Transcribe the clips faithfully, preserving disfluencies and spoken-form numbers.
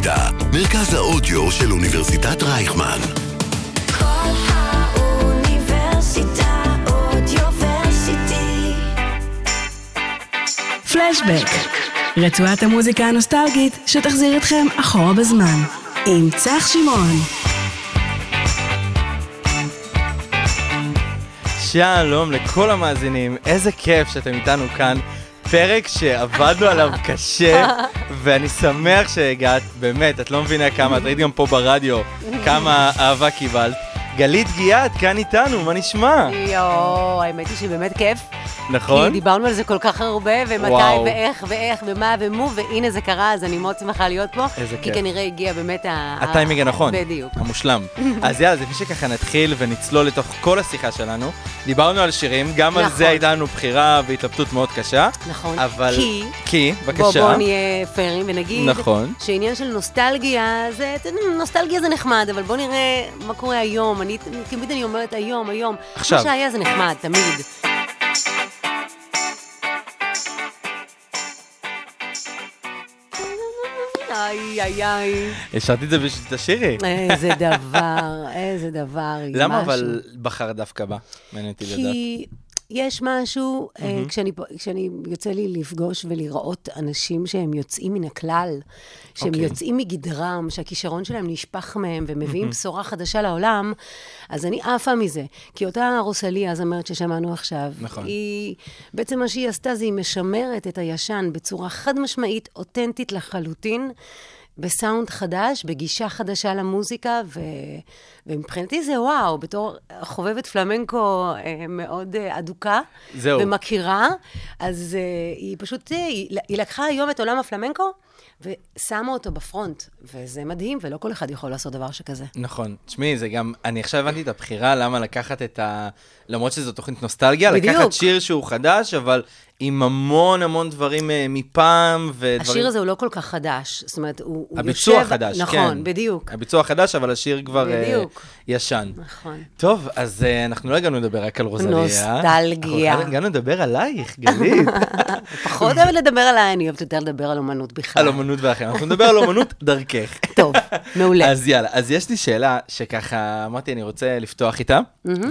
האוניברסיטה, מרכז האודיו של אוניברסיטת רייכמן. כל האוניברסיטה אודיוורסיטי. פלשבק, רצועת המוזיקה הנוסטלגית שתחזיר אתכם אחורה בזמן, עם צח שמעון. שלום לכל המאזינים, איזה כיף שאתם איתנו כאן. פרק שעבדנו עליו קשה, ואני שמח שהגעת, באמת, את לא מבינה כמה, את ראית גם פה ברדיו, כמה אהבה קיבלת. גלית גיאת, כאן איתנו, מה נשמע? יואו, האמת היא שבאמת כיף. נכון? כי דיברנו על זה כל כך הרבה, ומתי וואו. ואיך ואיך ומה ומו, והנה זה קרה, אז אני מאוד שמחה להיות פה. איזה כי כיף. כנראה הגיע באמת ה... הטיימינג הנכון. בדיוק. המושלם. אז יאללה, זה מי שככה נתחיל ונצלול לתוך כל השיחה שלנו. דיברנו על שירים, גם על נכון. זה הייתה לנו בחירה והתלבטות מאוד קשה. נכון. אבל... כי... כי, בוא, בבקשה. בוא נהיה פיירים ונגיד... נכון. שעניין של נוסטלגיה, זה... נוסטלגיה זה נחמד, אבל בוא נראה מה קורה היום. אני תמיד אני אומרת היום, היום. עכשיו. מה שהיה זה נחמד, תמיד. איי, איי, איי. השארתי את זה בשביל תשירי. איזה דבר, איזה דבר. למה משהו. אבל בחר דווקא בה? מעניין אותי לדעת. כי יש משהו, אה, כשאני, כשאני יוצא לי לפגוש ולראות אנשים שהם יוצאים מן הכלל, שהם אוקיי. יוצאים מגדרם, שהכישרון שלהם נשפך מהם ומביאים בשורה חדשה לעולם, אז אני עפה מזה. כי אותה רוסליה, הזמרת ששמענו עכשיו, נכון. היא, בעצם מה שהיא עשתה זה היא משמרת את הישן בצורה חד משמעית, אותנטית לחלוטין, בסאונד חדש, בגישה חדשה למוזיקה, ו... ומבחינתי זה וואו, בתור חובבת פלמנקו אה, מאוד אה, אדוקה, זהו. ומכירה, אז אה, היא פשוט, אה, היא, היא לקחה היום את עולם הפלמנקו, ושמה אותו בפרונט, וזה מדהים, ולא כל אחד יכול לעשות דבר שכזה. נכון. תשמעי, זה גם, אני עכשיו הבנתי את הבחירה, למה לקחת את ה... למרות שזו תוכנית נוסטלגיה, בדיוק. לקחת שיר שהוא חדש, אבל עם המון המון דברים אה, מפעם, ודברים... השיר הזה הוא לא כל כך חדש, זאת אומרת, הוא, הוא הביצוע יושב... חדש, נכון, כן. נכון, בדיוק. הביצוע חדש, אבל השיר כבר אה, בדיוק. ישן. נכון. טוב, אז אה, אנחנו לא הגענו לדבר רק על רוזליה. נוסטלגיה. אנחנו הגענו לדבר עלייך, גלית. פחות אוהבת לדבר עליי, אני אוהבת יותר לדבר על אומנות בכלל. על אומנות ואחרים. אנחנו נדבר על אומנות דרכך. טוב, מעולה. אז יאללה, אז יש לי שאלה שככה, אמרתי, אני רוצה לפתוח איתה,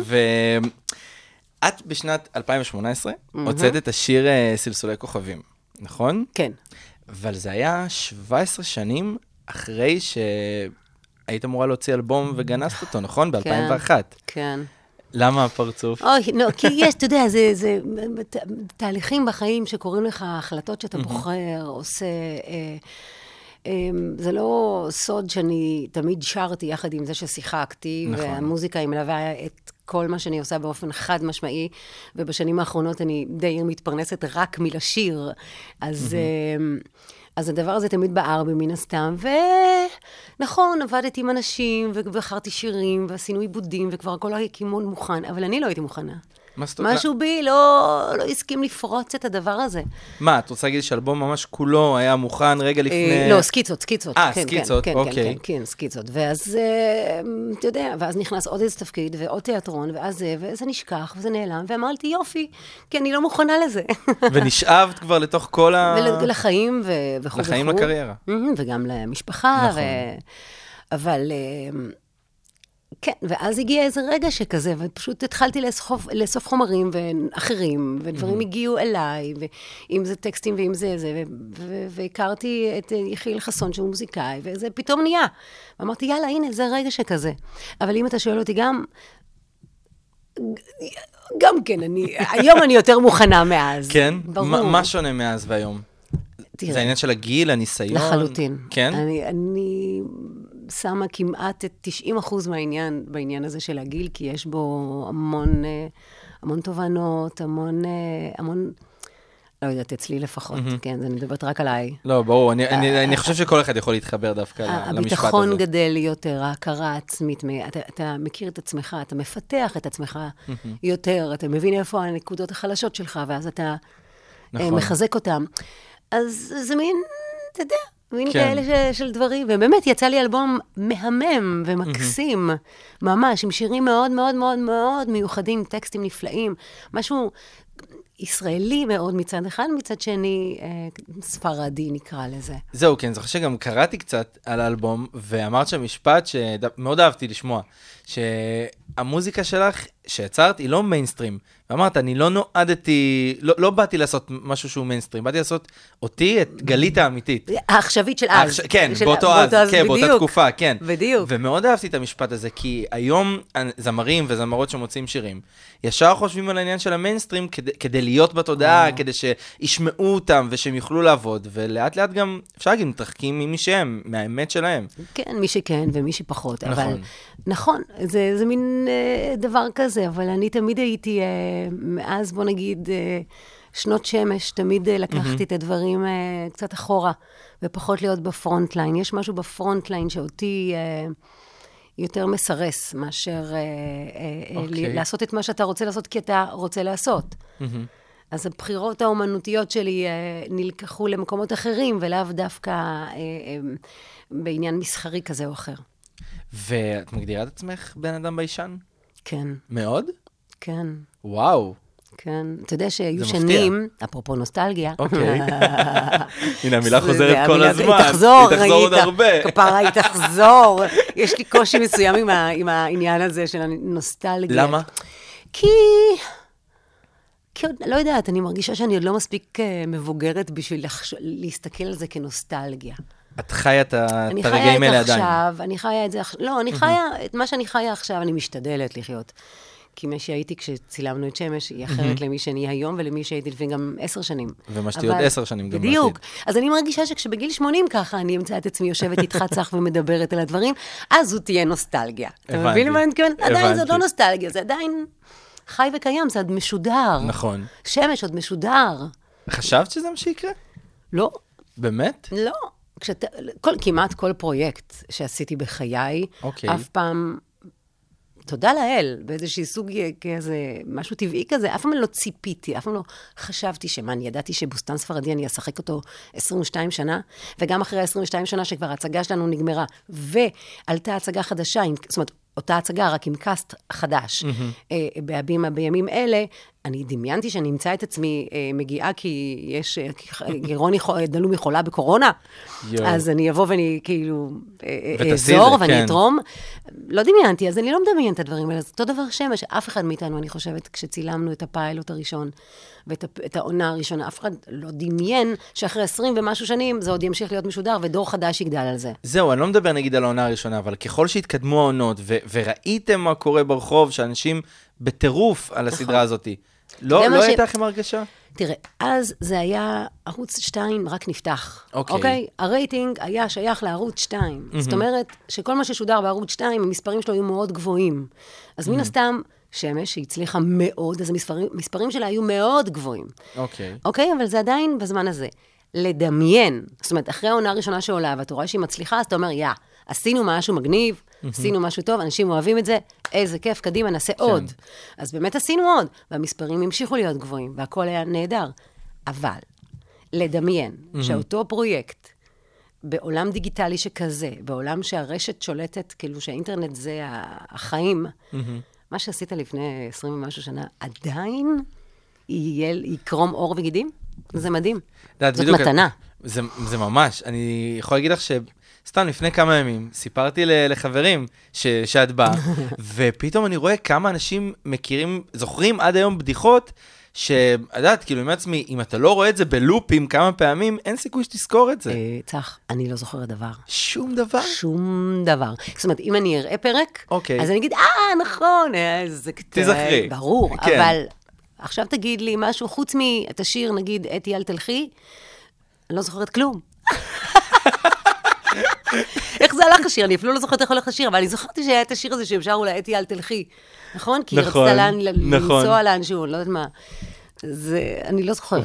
ואת בשנת אלפיים שמונה עשרה הוצאת את השיר אה, סלסולי כוכבים, נכון? כן. אבל זה היה שבע עשרה שנים אחרי שהיית אמורה להוציא אלבום וגנסת אותו, נכון? ב-אלפיים ואחת. כן. למה הפרצוף? אוי, לא, כי יש, אתה יודע, זה, זה ת, תהליכים בחיים שקוראים לך, החלטות שאתה בוחר, עושה... אה, אה, זה לא סוד שאני תמיד שרתי יחד עם זה ששיחקתי, נכון. והמוזיקה היא מלווה את כל מה שאני עושה באופן חד משמעי, ובשנים האחרונות אני די מתפרנסת רק מלשיר. אז... אה, אז הדבר הזה תמיד בער בי מן הסתם, ונכון, עבדתי עם אנשים, ובחרתי שירים, ועשינו עיבודים, וכבר הכל היה כימון מוכן, אבל אני לא הייתי מוכנה. מה זאת אומרת? משהו בי לא, לא הסכים לפרוץ את הדבר הזה. מה, את רוצה להגיד שאלבום ממש כולו היה מוכן רגע לפני... לא, סקיצות, סקיצות. אה, כן, סקיצות, כן, אוקיי. כן, כן, כן, סקיצות. ואז, אה, אתה יודע, ואז נכנס עוד איזה תפקיד, ועוד תיאטרון, ואז זה, וזה נשכח, וזה נעלם, ואמרתי, יופי, כי אני לא מוכנה לזה. ונשאבת כבר לתוך כל ה... ולחיים ו... וכו' לחיים, וכו'. לקריירה. וגם למשפחה. נכון. ו... אבל... אה, כן, ואז הגיע איזה רגע שכזה, ופשוט התחלתי לאסוף, לאסוף חומרים ואחרים, ודברים הגיעו אליי, ואם זה טקסטים ואם זה זה, והכרתי את יחיאל חסון שהוא מוזיקאי, וזה פתאום נהיה. ואמרתי, יאללה, הנה, זה רגע שכזה. אבל אם אתה שואל אותי גם, גם כן, אני, היום אני יותר מוכנה מאז. כן? ברור. מה, מה שונה מאז והיום? תראה. זה העניין של הגיל, הניסיון? לחלוטין. כן? אני, אני שמה כמעט את תשעים אחוז מהעניין, בעניין הזה של הגיל, כי יש בו המון, המון תובנות, המון, המון, לא יודעת, אצלי לפחות, כן, אני מדברת רק עליי. לא, ברור, אני, אני, אני חושב שכל אחד יכול להתחבר דווקא למשפט הזה. הביטחון גדל יותר, ההכרה העצמית, אתה, אתה מכיר את עצמך, אתה מפתח את עצמך יותר, אתה מבין איפה הנקודות החלשות שלך, ואז אתה נכון. מחזק אותם. אז זה מין, אתה יודע, מין כן. כאלה ש, של דברים, ובאמת יצא לי אלבום מהמם ומקסים, ממש, עם שירים מאוד מאוד מאוד מאוד מיוחדים, טקסטים נפלאים, משהו ישראלי מאוד מצד אחד, מצד שני, ספרדי נקרא לזה. זהו, כן, זוכר שגם קראתי קצת על האלבום, ואמרת שהמשפט שמאוד אהבתי לשמוע, שהמוזיקה שלך שיצרת היא לא מיינסטרים. ואמרת, אני לא נועדתי, לא, לא באתי לעשות משהו שהוא מיינסטרים, באתי לעשות אותי, את גלית האמיתית. העכשווית של אז. כן, של באותו אז, אז, כן, בדיוק. באותה תקופה, כן. בדיוק. ומאוד אהבתי את המשפט הזה, כי היום זמרים וזמרות שמוצאים שירים, ישר חושבים על העניין של המיינסטרים, כדי, כדי להיות בתודעה, כדי שישמעו אותם ושהם יוכלו לעבוד, ולאט לאט גם, אפשר להגיד, מתרחקים ממי שהם, מהאמת שלהם. כן, מי שכן ומי שפחות. נכון. אבל, נכון, זה, זה מין אה, דבר כזה, אבל אני תמיד הייתי, אה, מאז בוא נגיד, אה, שנות שמש, תמיד אה, לקחתי mm-hmm. את הדברים אה, קצת אחורה, ופחות להיות בפרונט ליין. יש משהו בפרונט ליין שאותי אה, יותר מסרס, מאשר אה, אה, okay. אה, לעשות את מה שאתה רוצה לעשות, כי אתה רוצה לעשות. Mm-hmm. אז הבחירות האומנותיות שלי אה, נלקחו למקומות אחרים, ולאו דווקא אה, אה, בעניין מסחרי כזה או אחר. ואת מגדירה את עצמך בן אדם ביישן? כן. מאוד? כן. וואו. כן. אתה יודע שהיו שנים, אפרופו נוסטלגיה. אוקיי. הנה, המילה חוזרת כל הזמן. היא תחזור, היא תחזור עוד הרבה. כפרה, היא תחזור. יש לי קושי מסוים עם העניין הזה של הנוסטלגיה. למה? כי... כי לא יודעת, אני מרגישה שאני עוד לא מספיק מבוגרת בשביל להסתכל על זה כנוסטלגיה. את חיה את הרגעים האלה עדיין. עכשיו, אני חיה את זה עכשיו, לא, אני חיה, את מה שאני חיה עכשיו, אני משתדלת לחיות. כי מי שהייתי כשצילמנו את שמש, היא אחרת למי שאני היום, ולמי שהייתי לפעמים גם עשר שנים. ומה שתהיי עוד עשר שנים גם בעתיד. בדיוק. אז אני מרגישה שכשבגיל שמונים ככה, אני אמצא את עצמי יושבת איתך צח ומדברת על הדברים, אז זו תהיה נוסטלגיה. אתה מבין מה אני מתכוון? עדיין זה לא נוסטלגיה, זה עדיין חי וקיים, זה עוד משודר. נכון. שמש עוד משודר. חשבת שזה מה שיקרה? לא. באמת? לא. כשאתה, כל, כמעט כל פרויקט שעשיתי בחיי, אוקיי. אף פעם, תודה לאל, באיזושהי סוג כזה, משהו טבעי כזה, אף פעם לא ציפיתי, אף פעם לא חשבתי שמה, אני ידעתי שבוסטן ספרדי, אני אשחק אותו עשרים ושתיים שנה, וגם אחרי עשרים ושתיים שנה שכבר ההצגה שלנו נגמרה, ועלתה הצגה חדשה, זאת אומרת, אותה הצגה, רק עם קאסט חדש, mm-hmm. בהבימה בימים אלה, אני דמיינתי שאני אמצא את עצמי אה, מגיעה כי יש, גירוני דלו מחולה בקורונה, יו. אז אני אבוא ואני כאילו אעזור ואני כן. אתרום. לא דמיינתי, אז אני לא מדמיין את הדברים האלה. זה אותו דבר שמש, אף אחד מאיתנו, אני חושבת, כשצילמנו את הפיילוט הראשון, ואת את העונה הראשונה, אף אחד לא דמיין שאחרי עשרים ומשהו שנים, זה עוד ימשיך להיות משודר, ודור חדש יגדל על זה. זהו, אני לא מדבר נגיד על העונה הראשונה, אבל ככל שהתקדמו העונות, ו- וראיתם מה קורה ברחוב, שאנשים בטירוף על הסדרה הזאת, לא, לא ש... הייתה לכם הרגשה? תראה, אז זה היה, ערוץ שתיים רק נפתח. אוקיי. אוקיי? הרייטינג היה שייך לערוץ שתיים. Mm-hmm. זאת אומרת, שכל מה ששודר בערוץ שתיים, המספרים שלו היו מאוד גבוהים. אז mm-hmm. מן הסתם, שמש, שהיא הצליחה מאוד, אז המספרים, המספרים שלה היו מאוד גבוהים. אוקיי. אוקיי? אבל זה עדיין בזמן הזה. לדמיין, זאת אומרת, אחרי העונה הראשונה שעולה, ואתה רואה שהיא מצליחה, אז אתה אומר, יא, עשינו משהו מגניב, עשינו משהו טוב, אנשים אוהבים את זה, איזה כיף, קדימה, נעשה עוד. אז באמת עשינו עוד, והמספרים המשיכו להיות גבוהים, והכל היה נהדר. אבל, לדמיין שאותו פרויקט, בעולם דיגיטלי שכזה, בעולם שהרשת שולטת, כאילו שהאינטרנט זה החיים, מה שעשית לפני עשרים ומשהו שנה, עדיין יקרום אור וגידים? זה מדהים. זאת מתנה. זה ממש. אני יכול להגיד לך ש... סתם, לפני כמה ימים, סיפרתי לחברים ש, שאת באה, ופתאום אני רואה כמה אנשים מכירים, זוכרים עד היום בדיחות, שידעת, כאילו, עם עצמי, אם אתה לא רואה את זה בלופים כמה פעמים, אין סיכוי שתזכור את זה. צח, אני לא זוכרת דבר. שום דבר? שום דבר. זאת אומרת, אם אני אראה פרק, אוקיי. אז אני אגיד, אה, נכון, זה כתב. תזכרי. ברור, כן. אבל עכשיו תגיד לי משהו, חוץ מאת השיר, נגיד, אתי אל תלכי, אני לא זוכרת כלום. איך זה הלך השיר? אני אפילו לא זוכרת איך הולך השיר, אבל אני זוכרתי שהיה את השיר הזה שאפשר אולי אתי אל תלכי. נכון? כי היא רצתה לנסוע לאנשהו, לא יודעת מה. זה, אני לא זוכרת.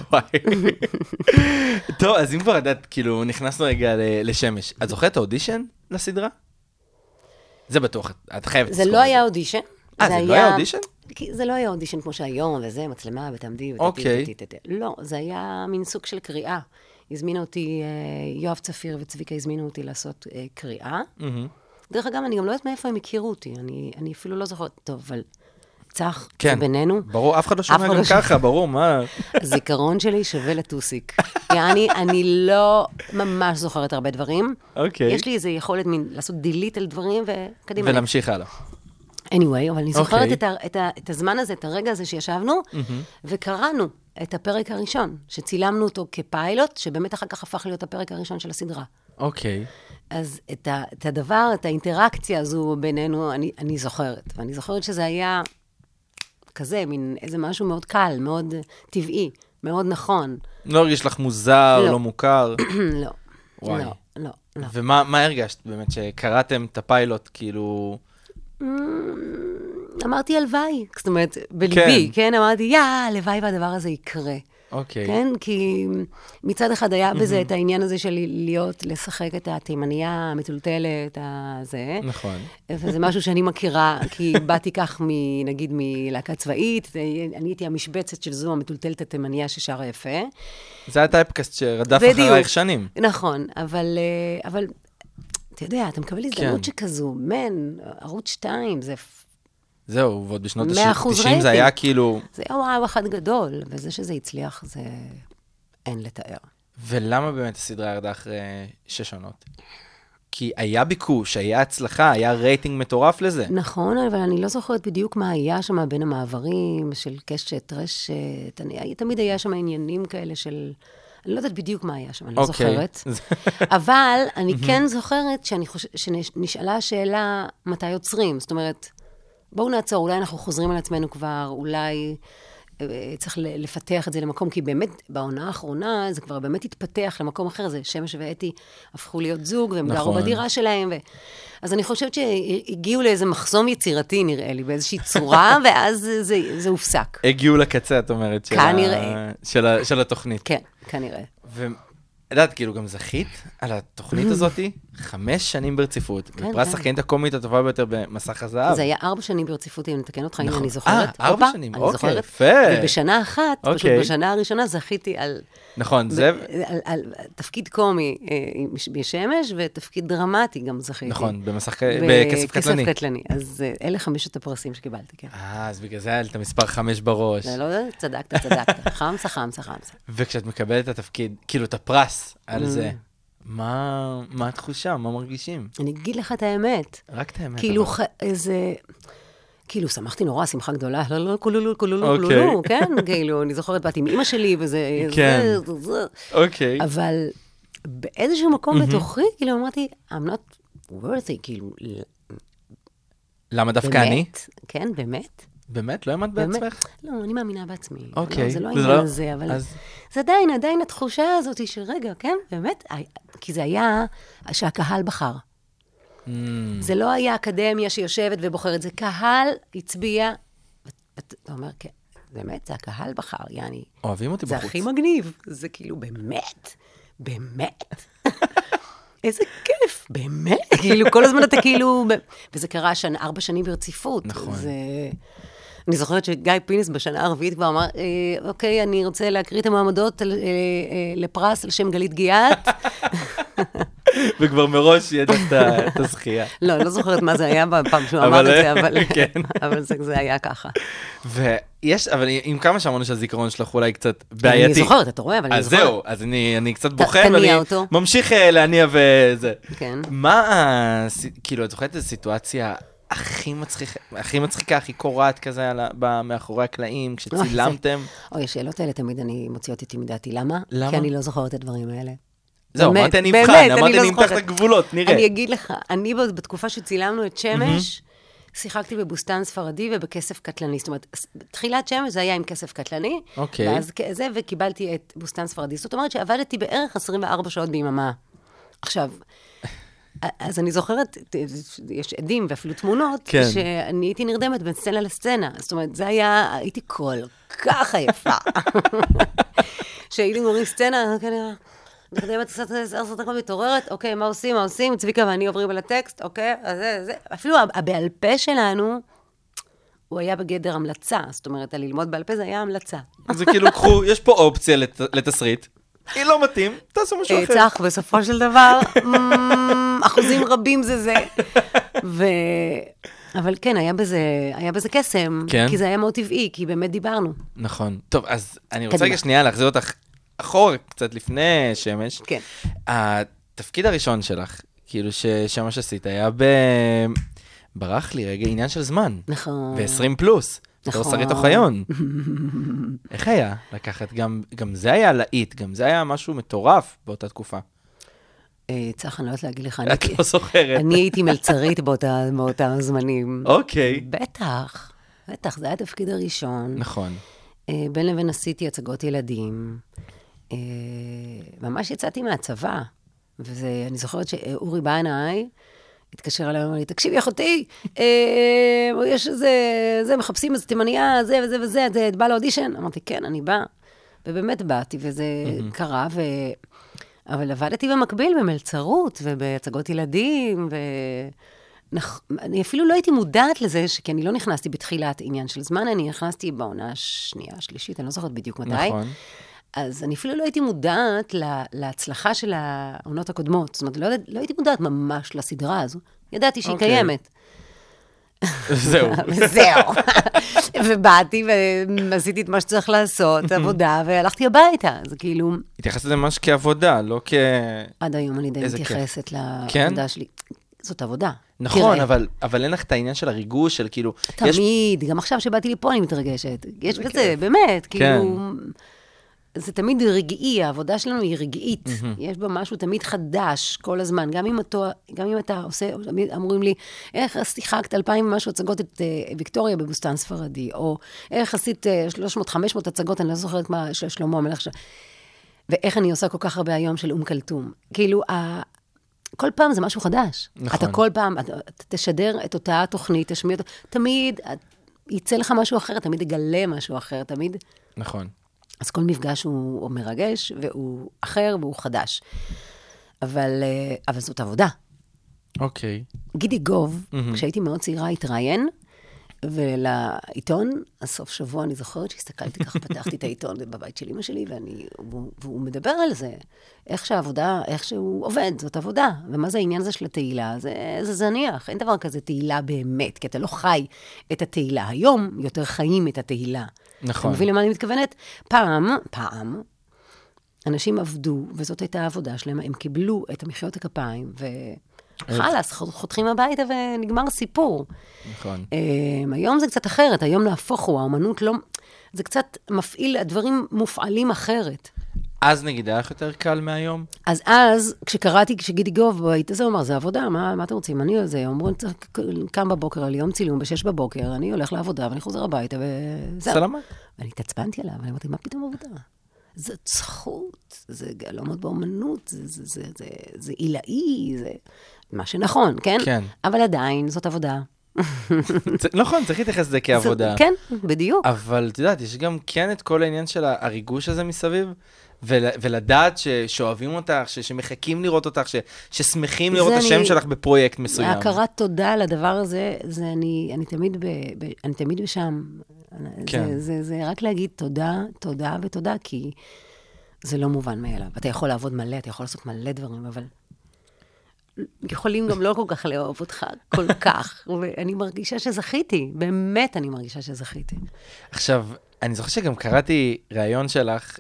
טוב, אז אם כבר יודעת, כאילו, נכנסנו רגע לשמש. את זוכרת האודישן לסדרה? זה בטוח, את חייבת לזכור. זה לא היה אודישן. אה, זה לא היה אודישן? זה לא היה אודישן כמו שהיום, וזה, מצלמה, ותעמדי, אוקיי. לא, זה היה מין סוג של קריאה. הזמינו אותי, יואב צפיר וצביקה הזמינו אותי לעשות קריאה. דרך אגב, אני גם לא יודעת מאיפה הם הכירו אותי, אני אפילו לא זוכרת, טוב, אבל צח, כן. זה בינינו. ברור, אף אחד לא שומע אחד גם לא ככה, ברור, מה? הזיכרון שלי שווה לטוסיק. יעני, אני לא ממש זוכרת הרבה דברים. אוקיי. יש לי איזו יכולת מין לעשות דילית על דברים, וקדימה. ולהמשיך הלאה. anyway, אבל אני זוכרת אוקיי. את, ה, את, ה, את הזמן הזה, את הרגע הזה שישבנו, וקראנו את הפרק הראשון, שצילמנו אותו כפיילוט, שבאמת אחר כך הפך להיות הפרק הראשון של הסדרה. אוקיי. אז את, ה, את הדבר, את האינטראקציה הזו בינינו, אני, אני זוכרת. ואני זוכרת שזה היה כזה, מין איזה משהו מאוד קל, מאוד טבעי, מאוד נכון. לא הרגיש לך מוזר, לא. לא מוכר? לא, וואי. לא, לא, לא. ומה מה הרגשת באמת, שקראתם את הפיילוט, כאילו... אמרתי הלוואי, זאת אומרת, בליבי, כן? כן? אמרתי, יא, הלוואי והדבר הזה יקרה. אוקיי. כן? כי מצד אחד היה בזה את העניין הזה של להיות, לשחק את התימניה המטולטלת, הזה. נכון. וזה משהו שאני מכירה, כי באתי כך, מ, נגיד, מלהקה צבאית, אני הייתי המשבצת של זו המטולטלת התימניה ששרה יפה. זה הטייפקאסט שרדף אחרייך שנים. נכון, אבל, אבל, אתה יודע, אתה מקבל הזדמנות כן. שכזו, מן, ערוץ שתיים, זה... זהו, ועוד בשנות מאה אחוז ה-תשעים זה היה כאילו... זה היה וואו אחד גדול, וזה שזה הצליח, זה אין לתאר. ולמה באמת הסדרה ירדה אחרי שש עונות? כי היה ביקוש, היה הצלחה, היה רייטינג מטורף לזה. נכון, אבל אני לא זוכרת בדיוק מה היה שם בין המעברים של קשת, רשת, אני, תמיד היה שם עניינים כאלה של... אני לא יודעת בדיוק מה היה שם, אני לא זוכרת. אבל אני כן זוכרת שאני חוש... שנשאלה השאלה מתי יוצרים. זאת אומרת, בואו נעצור, אולי אנחנו חוזרים על עצמנו כבר, אולי אה, צריך לפתח את זה למקום, כי באמת בעונה האחרונה זה כבר באמת התפתח למקום אחר, זה שמש ואתי הפכו להיות זוג, והם נכון. גרו בדירה שלהם. ו... אז אני חושבת שהגיעו לאיזה מחסום יצירתי, נראה לי, באיזושהי צורה, ואז זה, זה, זה הופסק. הגיעו לקצה, את אומרת, של, כנראה. ה... של, ה... של התוכנית. כן, כנראה. ו... יודעת, כאילו גם זכית על התוכנית הזאת, חמש שנים ברציפות, בפרס שחקנית הקומית הטובה ביותר במסך הזהב. זה היה ארבע שנים ברציפות, אם נתקן אותך, הנה אני זוכרת. אה, ארבע שנים, אוקיי, יפה. ובשנה אחת, פשוט בשנה הראשונה, זכיתי על... נכון, זה... על תפקיד קומי בשמש, ותפקיד דרמטי גם זכיתי. נכון, בכסף קטלני. בכסף קטלני, אז אלה חמשת הפרסים שקיבלתי, כן. אה, אז בגלל זה היה את המספר חמש בראש. לא, לא, צדקת, צדקת. חמסה, חמסה, חמסה. וכשאת מקבלת את התפקיד, כאילו את הפרס על זה, מה, מה התחושה? מה מרגישים? אני אגיד לך את האמת. רק את האמת. כאילו, איזה... כאילו, שמחתי נורא, שמחה גדולה, לא, לא, כולולו, כולולו, כולולו, כן? כאילו, אני זוכרת, באתי עם אמא שלי, וזה... כן. אוקיי. אבל באיזשהו מקום בתוכי, כאילו, אמרתי, I'm not worthy, כאילו... למה דווקא אני? כן, באמת. באמת? לא האמנת בעצמך? לא, אני מאמינה בעצמי. אוקיי. זה לא העניין הזה, אבל זה עדיין, עדיין התחושה הזאת של רגע, כן? באמת, כי זה היה שהקהל בחר. זה לא היה אקדמיה שיושבת ובוחרת, זה קהל הצביע, ואתה אומר, כן, באמת, זה הקהל בחר, יעני. אוהבים אותי בחוץ. זה הכי מגניב, זה כאילו, באמת, באמת. איזה כיף, באמת. כאילו, כל הזמן אתה כאילו, וזה קרה שנה, ארבע שנים ברציפות. נכון. זה... אני זוכרת שגיא פינס בשנה הרביעית כבר אמר, אוקיי, אני רוצה להקריא את המעמדות לפרס על שם גלית גיאת. וכבר מראש ידעת את הזכייה. לא, אני לא זוכרת מה זה היה בפעם שהוא אמר את זה, אבל זה היה ככה. ויש, אבל עם כמה שאמרנו שהזיכרון שלך אולי קצת בעייתי. אני זוכרת, אתה רואה, אבל אני זוכרת. אז זהו, אז אני קצת בוחר, ואני ממשיך להניע וזה. כן. מה, כאילו, את זוכרת איזו סיטואציה הכי מצחיקה, הכי מצחיקה, הכי קורעת כזה מאחורי הקלעים, כשצילמתם? אוי, השאלות האלה תמיד אני מוציאות איתי מדעתי. למה? למה? כי אני לא זוכרת את הדברים האלה. זהו, אמרתי אני אבחן, אמרתי אני אמתח את הגבולות, נראה. אני אגיד לך, אני בתקופה שצילמנו את שמש, שיחקתי בבוסטן ספרדי ובכסף קטלני. זאת אומרת, תחילת שמש זה היה עם כסף קטלני, ואז זה, וקיבלתי את בוסטן ספרדי. זאת אומרת שעבדתי בערך עשרים וארבע שעות ביממה. עכשיו, אז אני זוכרת, יש עדים ואפילו תמונות, שאני הייתי נרדמת בין סצנה לסצנה. זאת אומרת, זה היה, הייתי כל כך יפה. שהייתי מורים סצנה, כנראה, נרדמת עשר דקות מתעוררת, אוקיי, מה עושים, מה עושים? צביקה ואני עוברים על הטקסט, אוקיי, אז זה, זה. אפילו הבעל פה שלנו, הוא היה בגדר המלצה. זאת אומרת, ללמוד בעל פה זה היה המלצה. זה כאילו, קחו, יש פה אופציה לתסריט. היא לא מתאים, תעשו משהו אחר. צח, בסופו של דבר, אחוזים רבים זה זה. אבל כן, היה בזה, היה בזה קסם, כן? כי זה היה מאוד טבעי, כי באמת דיברנו. נכון. טוב, אז אני רוצה קדימה. רגע שנייה להחזיר אותך אחורה קצת לפני שמש. כן. התפקיד הראשון שלך, כאילו ששמש עשית, היה ב... ברח לי רגע עניין של זמן. נכון. ו-עשרים פלוס. בתור נכון. שרית אוחיון. איך היה לקחת? גם, גם זה היה להיט, גם זה היה משהו מטורף באותה תקופה. אה, צח, אני לא יודעת להגיד לך. את אני- לא זוכרת. אני הייתי מלצרית באותה- באותם זמנים. אוקיי. בטח, בטח, זה היה התפקיד הראשון. נכון. אה, בין לבין עשיתי הצגות ילדים. אה, ממש יצאתי מהצבא. וזה, אני זוכרת שאורי בנאי התקשר אליי, אמר לי, תקשיבי, אחותי, אה, יש איזה, זה, מחפשים איזה תימניה, זה וזה וזה, את את באה לאודישן? אמרתי, כן, אני באה. ובאמת באתי, וזה קרה, ו... אבל עבדתי במקביל במלצרות ובהצגות ילדים, ו... נכ... אני אפילו לא הייתי מודעת לזה, כי אני לא נכנסתי בתחילת עניין של זמן, אני נכנסתי בעונה השנייה, השלישית, אני לא זוכרת בדיוק מתי. נכון. אז אני אפילו לא הייתי מודעת לה, להצלחה של העונות הקודמות. זאת אומרת, לא, לא הייתי מודעת ממש לסדרה הזו. ידעתי שהיא אוקיי. קיימת. זהו. וזהו. ובאתי ועשיתי את מה שצריך לעשות, עבודה, והלכתי הביתה. זה כאילו, התייחסת לזה ממש כעבודה, לא כ... עד היום אני די איזה כיף. מתייחסת כן? לעבודה שלי. זאת עבודה. נכון, תראה, אבל, אבל אין לך את העניין של הריגוש, של כאילו... יש... תמיד, גם עכשיו שבאתי לפה אני מתרגשת. יש זה בזה, כיף. באמת, כן. כאילו... זה תמיד רגעי, העבודה שלנו היא רגעית. יש בה משהו תמיד חדש כל הזמן. גם אם אתה, גם אם אתה עושה, תמיד אמרים לי, איך שיחקת אלפיים ומשהו הצגות את uh, ויקטוריה בבוסטן ספרדי, או איך עשית uh, שלוש מאות חמש מאות הצגות, אני לא זוכרת מה, של שלמה המלך שם. ואיך אני עושה כל כך הרבה היום של אום כלתום. כאילו, ה... כל פעם זה משהו חדש. נכון. אתה כל פעם, אתה, אתה תשדר את אותה תוכנית, תשמיע אותה, תמיד יצא לך משהו אחר, תמיד יגלה משהו אחר, תמיד... נכון. אז כל מפגש הוא, הוא מרגש, והוא אחר, והוא חדש. אבל, אבל זאת עבודה. אוקיי. גידי גוב, mm-hmm. כשהייתי מאוד צעירה, התראיין, ולעיתון, הסוף שבוע, אני זוכרת שהסתכלתי ככה, פתחתי את העיתון בבית של אמא שלי, ואני, והוא, והוא מדבר על זה, איך שהעבודה, איך שהוא עובד, זאת עבודה. ומה זה העניין הזה של התהילה? זה, זה זניח, אין דבר כזה תהילה באמת, כי אתה לא חי את התהילה. היום יותר חיים את התהילה. נכון. אתה מבין למה אני מתכוונת? פעם, פעם, אנשים עבדו, וזאת הייתה העבודה שלהם, הם קיבלו את המחיאות הכפיים, וחלאס, חותכים הביתה ונגמר סיפור. נכון. היום זה קצת אחרת, היום נהפוך הוא, האמנות לא... זה קצת מפעיל, הדברים מופעלים אחרת. אז נגיד, היה לך יותר קל מהיום? אז אז, כשקראתי, כשגידי גוב, היית זה, הוא אמר, זה עבודה, מה, מה אתם רוצים? אני על זה, אומרים, קם בבוקר, על יום צילום, בשש בבוקר, אני הולך לעבודה, ואני חוזר הביתה, וזהו. סלמה? ואני התעצבנתי עליו, ואני אמרתי, מה פתאום עבודה? זאת זכות, זה לעמוד באומנות, זה, זה, זה, זה, זה עילאי, זה מה שנכון, כן? כן. אבל עדיין, זאת עבודה. נכון, צריך להתייחס לזה כעבודה. כן, בדיוק. אבל את יודעת, יש גם כן את כל העניין של הריגוש הזה מסביב, ולדעת שאוהבים אותך, שמחכים לראות אותך, ששמחים לראות את השם שלך בפרויקט מסוים. ההכרת תודה לדבר הזה, זה אני תמיד בשם. זה רק להגיד תודה, תודה ותודה, כי זה לא מובן מאליו. אתה יכול לעבוד מלא, אתה יכול לעשות מלא דברים, אבל יכולים גם לא כל כך לאהוב אותך, כל כך. ואני מרגישה שזכיתי, באמת אני מרגישה שזכיתי. עכשיו, אני זוכר שגם קראתי ראיון שלך,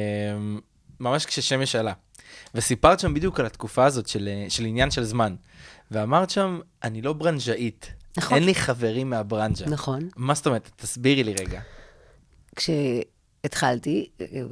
ממש כששמש עלה, וסיפרת שם בדיוק על התקופה הזאת של, של עניין של זמן, ואמרת שם, אני לא ברנז'אית. נכון. אין לי חברים מהברנז'ה. נכון. מה זאת אומרת? תסבירי לי רגע. כשהתחלתי,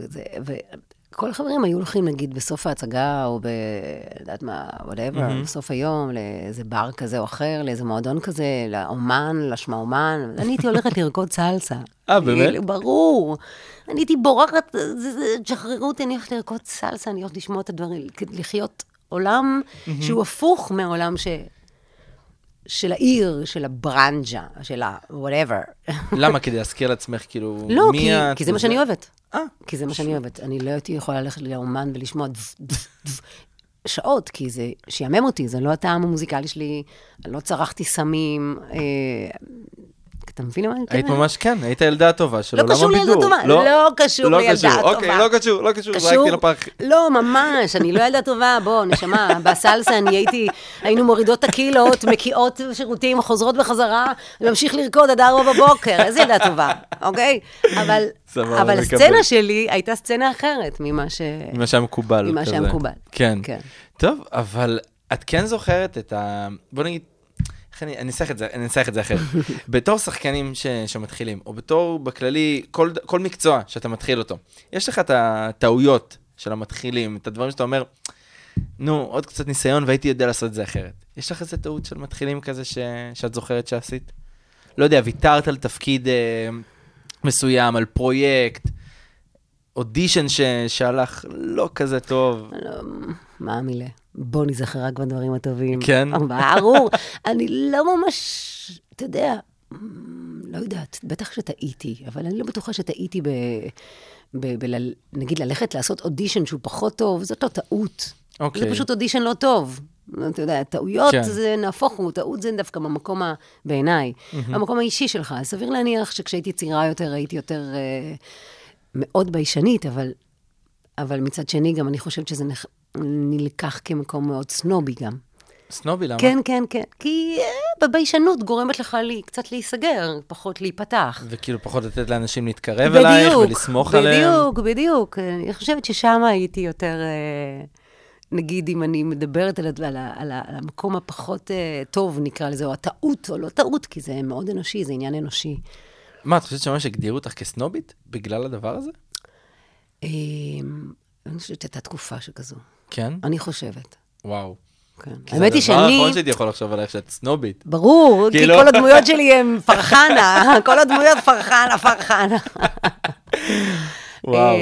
וכל החברים היו הולכים, נגיד, בסוף ההצגה, או ב... יודעת מה, whatever, mm-hmm. בסוף היום, לאיזה בר כזה או אחר, לאיזה מועדון כזה, לאומן, לשמאומן. אני הייתי הולכת לרקוד סלסה. אה, באמת? ברור. אני הייתי בורחת, תשחררו אותי, אני הולכת לרקוד סלסה, אני הולכת לשמוע את הדברים, לחיות עולם mm-hmm. שהוא הפוך מהעולם ש... של העיר, של הברנג'ה, של ה-whatever. למה? כדי להזכיר לעצמך, כאילו, לא, מי כי, את... כי זה מה שאני אוהבת. אה. כי זה מה שאני אוהבת. אני לא הייתי יכולה ללכת לאומן ולשמוע שעות, כי זה שיאמם אותי, זה לא הטעם המוזיקלי שלי, לא צרכתי סמים, אתה מבין מה אני היית ממש כן, היית ילדה הטובה של עולם לא קשור הבידור. לילדה טובה, לא קשור לילדה טובה. אוקיי, לא קשור, לא קשור, קשור? רק לפח. לא, ממש, אני לא ילדה טובה, בוא, נשמה, בסלסה אני הייתי, היינו מורידות את הקילות, מקיאות שירותים, חוזרות בחזרה, וממשיך לרקוד עד ארבע בבוקר, איזה ילדה טובה, אוקיי? אבל, אבל הסצנה שלי הייתה סצנה אחרת ממה ש... ממה שהיה מקובל. ממה שהיה מקובל. כן. טוב, אבל את כן זוכרת את ה... בוא נגיד, אני אנסח את זה, אני אנסח את זה אחרת. בתור שחקנים ש, שמתחילים, או בתור בכללי, כל, כל מקצוע שאתה מתחיל אותו, יש לך את הטעויות של המתחילים, את הדברים שאתה אומר, נו, עוד קצת ניסיון והייתי יודע לעשות את זה אחרת. יש לך איזה טעות של מתחילים כזה ש, שאת זוכרת שעשית? לא יודע, ויתרת על תפקיד אה, מסוים, על פרויקט, אודישן ש, שהלך לא כזה טוב. לא, מה המילה? בוא נזכר רק בדברים הטובים. כן. ברור. אני לא ממש, אתה יודע, לא יודעת, בטח שטעיתי, אבל אני לא בטוחה שטעיתי ב... ב, ב נגיד, ללכת לעשות אודישן שהוא פחות טוב, זאת לא טעות. אוקיי. זה פשוט אודישן לא טוב. אתה יודע, טעויות כן. זה נהפוך הוא, טעות זה דווקא במקום ה... בעיניי, במקום האישי שלך. סביר להניח שכשהייתי צעירה יותר, הייתי יותר אה, מאוד ביישנית, אבל, אבל מצד שני גם אני חושבת שזה נח... נלקח כמקום מאוד סנובי גם. סנובי, למה? כן, כן, כן. כי אה, בביישנות גורמת לך לי, קצת להיסגר, פחות להיפתח. וכאילו פחות לתת לאנשים להתקרב אלייך ולסמוך עליהם. בדיוק, בדיוק. אני חושבת ששם הייתי יותר, אה, נגיד אם אני מדברת על, על, על, על המקום הפחות אה, טוב, נקרא לזה, או הטעות או לא טעות, כי זה מאוד אנושי, זה עניין אנושי. מה, את חושבת שממש הגדירו אותך כסנובית בגלל הדבר הזה? אה, אני חושבת שהייתה תקופה שכזו. כן? אני חושבת. וואו. כן. האמת היא שאני... זה הדבר האחרון שהייתי יכול לחשוב עליך שאת סנובית. ברור, כי כל הדמויות שלי הן פרחנה, כל הדמויות פרחנה, פרחנה. וואו.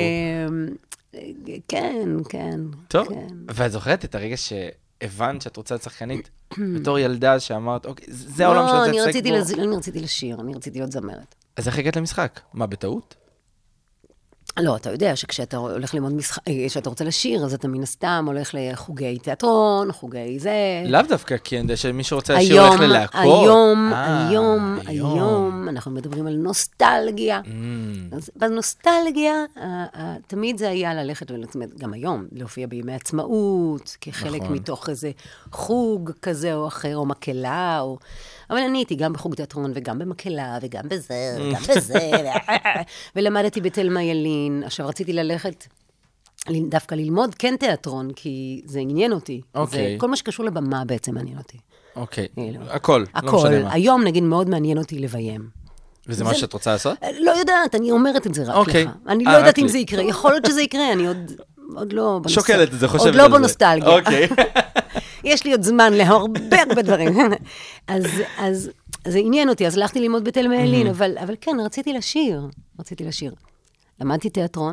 כן, כן. טוב, ואת זוכרת את הרגע שהבנת שאת רוצה לשחקנית, בתור ילדה שאמרת, אוקיי, זה העולם שאת תצחק בו. לא, אני רציתי לשיר, אני רציתי להיות זמרת. אז איך הגעת למשחק? מה, בטעות? לא, אתה יודע שכשאתה הולך ללמוד משחק, כשאתה רוצה לשיר, אז אתה מן הסתם הולך לחוגי תיאטרון, חוגי זה. לאו דווקא, כי אני יודע שמי שרוצה לשיר הולך ללהקות. היום, היום, היום, אנחנו מדברים על נוסטלגיה. אז בנוסטלגיה, תמיד זה היה ללכת, גם היום, להופיע בימי עצמאות, כחלק מתוך איזה חוג כזה או אחר, או מקהלה, או... אבל אני הייתי גם בחוג תיאטרון, וגם במקהלה, וגם בזה, וגם בזה, ולמדתי בתלמה ילין. עכשיו, רציתי ללכת, דווקא ללמוד כן תיאטרון, כי זה עניין אותי. אוקיי. כל מה שקשור לבמה בעצם מעניין אותי. אוקיי, הכל, לא משנה מה. היום, נגיד, מאוד מעניין אותי לביים. וזה מה שאת רוצה לעשות? לא יודעת, אני אומרת את זה רק לך. אני לא יודעת אם זה יקרה. יכול להיות שזה יקרה, אני עוד... עוד לא בנוסטלגיה. שוקלת את זה, חושבת על זה. זה. עוד לא בנוסטלגיה. אוקיי. יש לי עוד זמן להרבה הרבה דברים. אז, אז זה עניין אותי, אז הלכתי ללמוד בתלמה ילין, אבל, אבל כן, רציתי לשיר. רציתי לשיר. למדתי תיאטרון,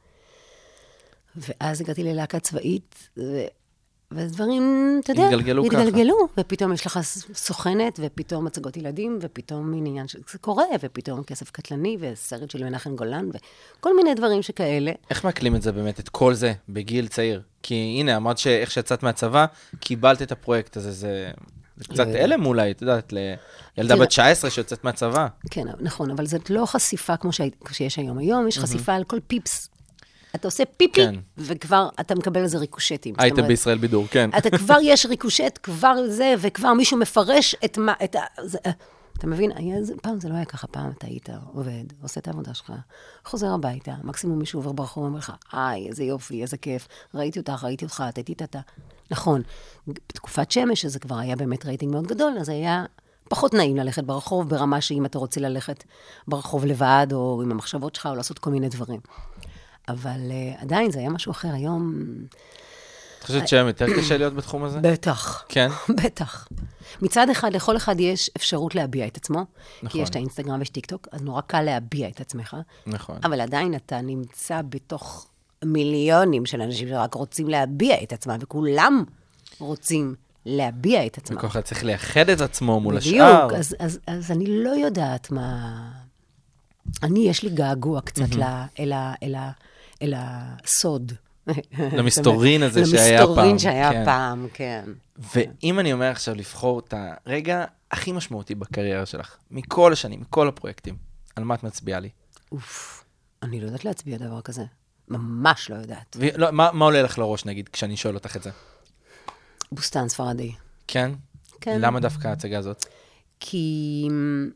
ואז הגעתי ללהקה צבאית, ו... והדברים, אתה יודע, התגלגלו ככה. התגלגלו, ופתאום יש לך סוכנת, ופתאום הצגות ילדים, ופתאום מין עניין שזה קורה, ופתאום כסף קטלני, וסרט של מנחם גולן, וכל מיני דברים שכאלה. איך מעכלים את זה באמת, את כל זה, בגיל צעיר? כי הנה, אמרת שאיך שיצאת מהצבא, קיבלת את הפרויקט הזה, זה, זה קצת אלם אולי, את יודעת, לילדה בת תשע עשרה שיוצאת מהצבא. כן, נכון, אבל זאת לא חשיפה כמו שיש היום. היום יש חשיפה על כל פיפס. אתה עושה פיפי, כן. וכבר אתה מקבל על זה ריקושטים. הייתם בישראל בידור, כן. אתה כבר יש ריקושט, כבר זה, וכבר מישהו מפרש את מה, את ה... זה, אתה מבין? היה, פעם זה לא היה ככה, פעם אתה היית עובד, עושה את העבודה שלך, חוזר הביתה, מקסימום מישהו עובר ברחוב, אומר לך, איי, איזה יופי, איזה כיף, ראיתי אותך, ראיתי אותך, אתה היית אתה. נכון, בתקופת שמש, שזה כבר היה באמת רייטינג מאוד גדול, אז היה פחות נעים ללכת ברחוב, ברמה שאם אתה רוצה ללכת ברחוב לבד, או עם המחשבות שלך, או לעשות כל מיני דברים. אבל uh, עדיין זה היה משהו אחר. היום... את חושבת שהיום יותר קשה להיות בתחום הזה? בטח. כן? בטח. מצד אחד, לכל אחד יש אפשרות להביע את עצמו, נכון. כי יש את האינסטגרם ויש טיק טוק, אז נורא קל להביע את עצמך. נכון. אבל עדיין אתה נמצא בתוך מיליונים של אנשים שרק רוצים להביע את עצמם, וכולם רוצים להביע את עצמם. וכל אחד צריך לייחד את עצמו מול בדיוק, השאר. בדיוק, אז, אז, אז אני לא יודעת מה... אני, יש לי געגוע קצת mm-hmm. לה, אל, ה, אל, ה, אל הסוד למסתורין הזה שהיה פעם. למסתורין שהיה פעם, כן. ואם אני אומר עכשיו לבחור את הרגע הכי משמעותי בקריירה שלך, מכל השנים, מכל הפרויקטים, על מה את מצביעה לי? אוף, אני לא יודעת להצביע דבר כזה. ממש לא יודעת. ולא, מה, מה עולה לך לראש, נגיד, כשאני שואל אותך את זה? בוסטן ספרדי. כן? כן. למה דווקא ההצגה הזאת? כי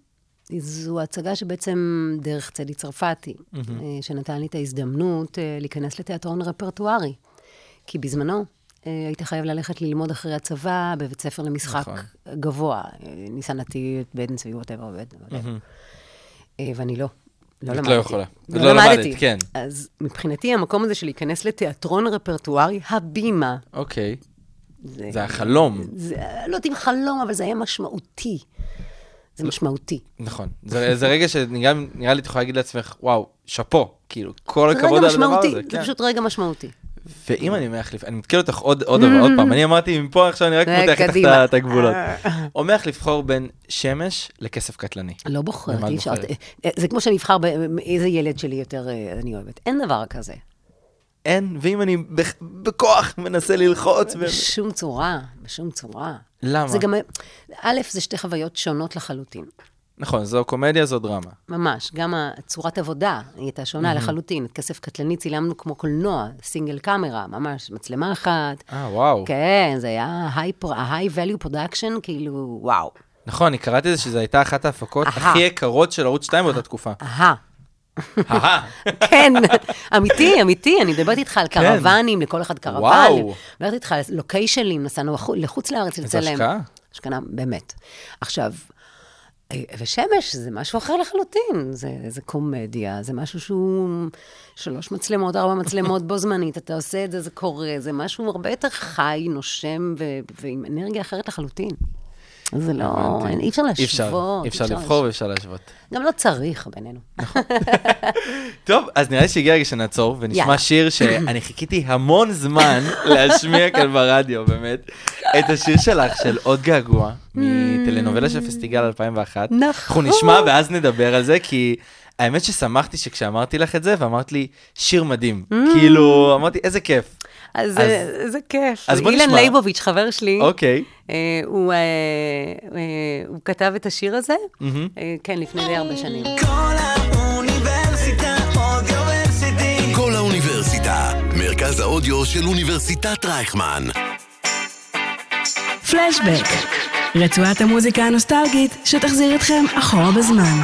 זו הצגה שבעצם דרך צדי צרפתי, שנתן לי את ההזדמנות להיכנס לתיאטרון רפרטוארי. כי בזמנו הייתי חייב ללכת ללמוד אחרי הצבא בבית ספר למשחק גבוה. ניסנתי בן צבי וואטאבר עובד. ואני לא. לא למדתי. לא יכולה. לא למדתי, כן. אז מבחינתי המקום הזה של להיכנס לתיאטרון רפרטוארי, הבימה. אוקיי. זה היה חלום. לא יודעים חלום, אבל זה היה משמעותי. זה משמעותי. נכון. זה רגע שנראה לי, תוכל להגיד לעצמך, וואו, שפו, כאילו, כל הכבוד על הדבר הזה. זה פשוט רגע משמעותי. ואם אני אומר להחליף, אני מתקיל אותך עוד דבר, עוד פעם, אני אמרתי, מפה עכשיו אני רק מותח איתך את הגבולות. אומר לך לבחור בין שמש לכסף קטלני. לא בוחרת, זה כמו שאני אבחר באיזה ילד שלי יותר אני אוהבת. אין דבר כזה. אין, ואם אני בכוח מנסה ללחוץ. בשום צורה, בשום צורה. למה? זה גם, א', זה שתי חוויות שונות לחלוטין. נכון, זו קומדיה, זו דרמה. ממש, גם הצורת עבודה היא הייתה שונה לחלוטין. את כסף קטלני צילמנו כמו קולנוע, סינגל קאמרה, ממש, מצלמה אחת. אה, וואו. כן, זה היה ה-high value production, כאילו, וואו. נכון, אני קראתי את זה שזו הייתה אחת ההפקות הכי יקרות של ערוץ שתיים באותה תקופה. אהה. אהה. כן, אמיתי, אמיתי, אני מדברת איתך על קרוונים, לכל אחד קרוון. מדברת איתך על לוקיישנים, נסענו לחוץ לארץ לצלם. איזה השקעה? השקעה, באמת. עכשיו, ושמש זה משהו אחר לחלוטין, זה, זה קומדיה, זה משהו שהוא שלוש מצלמות, ארבע מצלמות בו זמנית, אתה עושה את זה, זה קורה, זה משהו הרבה יותר חי, נושם, ו- ועם אנרגיה אחרת לחלוטין. זה לא, אי אפשר להשוות. אי אפשר לבחור ואפשר להשוות. גם לא צריך בינינו. טוב, אז נראה לי שהגיע רגע שנעצור, ונשמע שיר שאני חיכיתי המון זמן להשמיע כאן ברדיו, באמת, את השיר שלך, של עוד געגוע, מטלנובלה של פסטיגל אלפיים ואחת. נכון. אנחנו נשמע ואז נדבר על זה, כי האמת ששמחתי שכשאמרתי לך את זה, ואמרת לי, שיר מדהים. כאילו, אמרתי, איזה כיף. אז זה כיף. אז בוא נשמע. אילן ליבוביץ', חבר שלי. אוקיי. הוא כתב את השיר הזה, כן, לפני די הרבה שנים. כל האוניברסיטה, אודיוורסיטי. כל האוניברסיטה, מרכז האודיו של אוניברסיטת רייכמן. פלשבק, רצועת המוזיקה הנוסטלגית שתחזיר אתכם אחורה בזמן.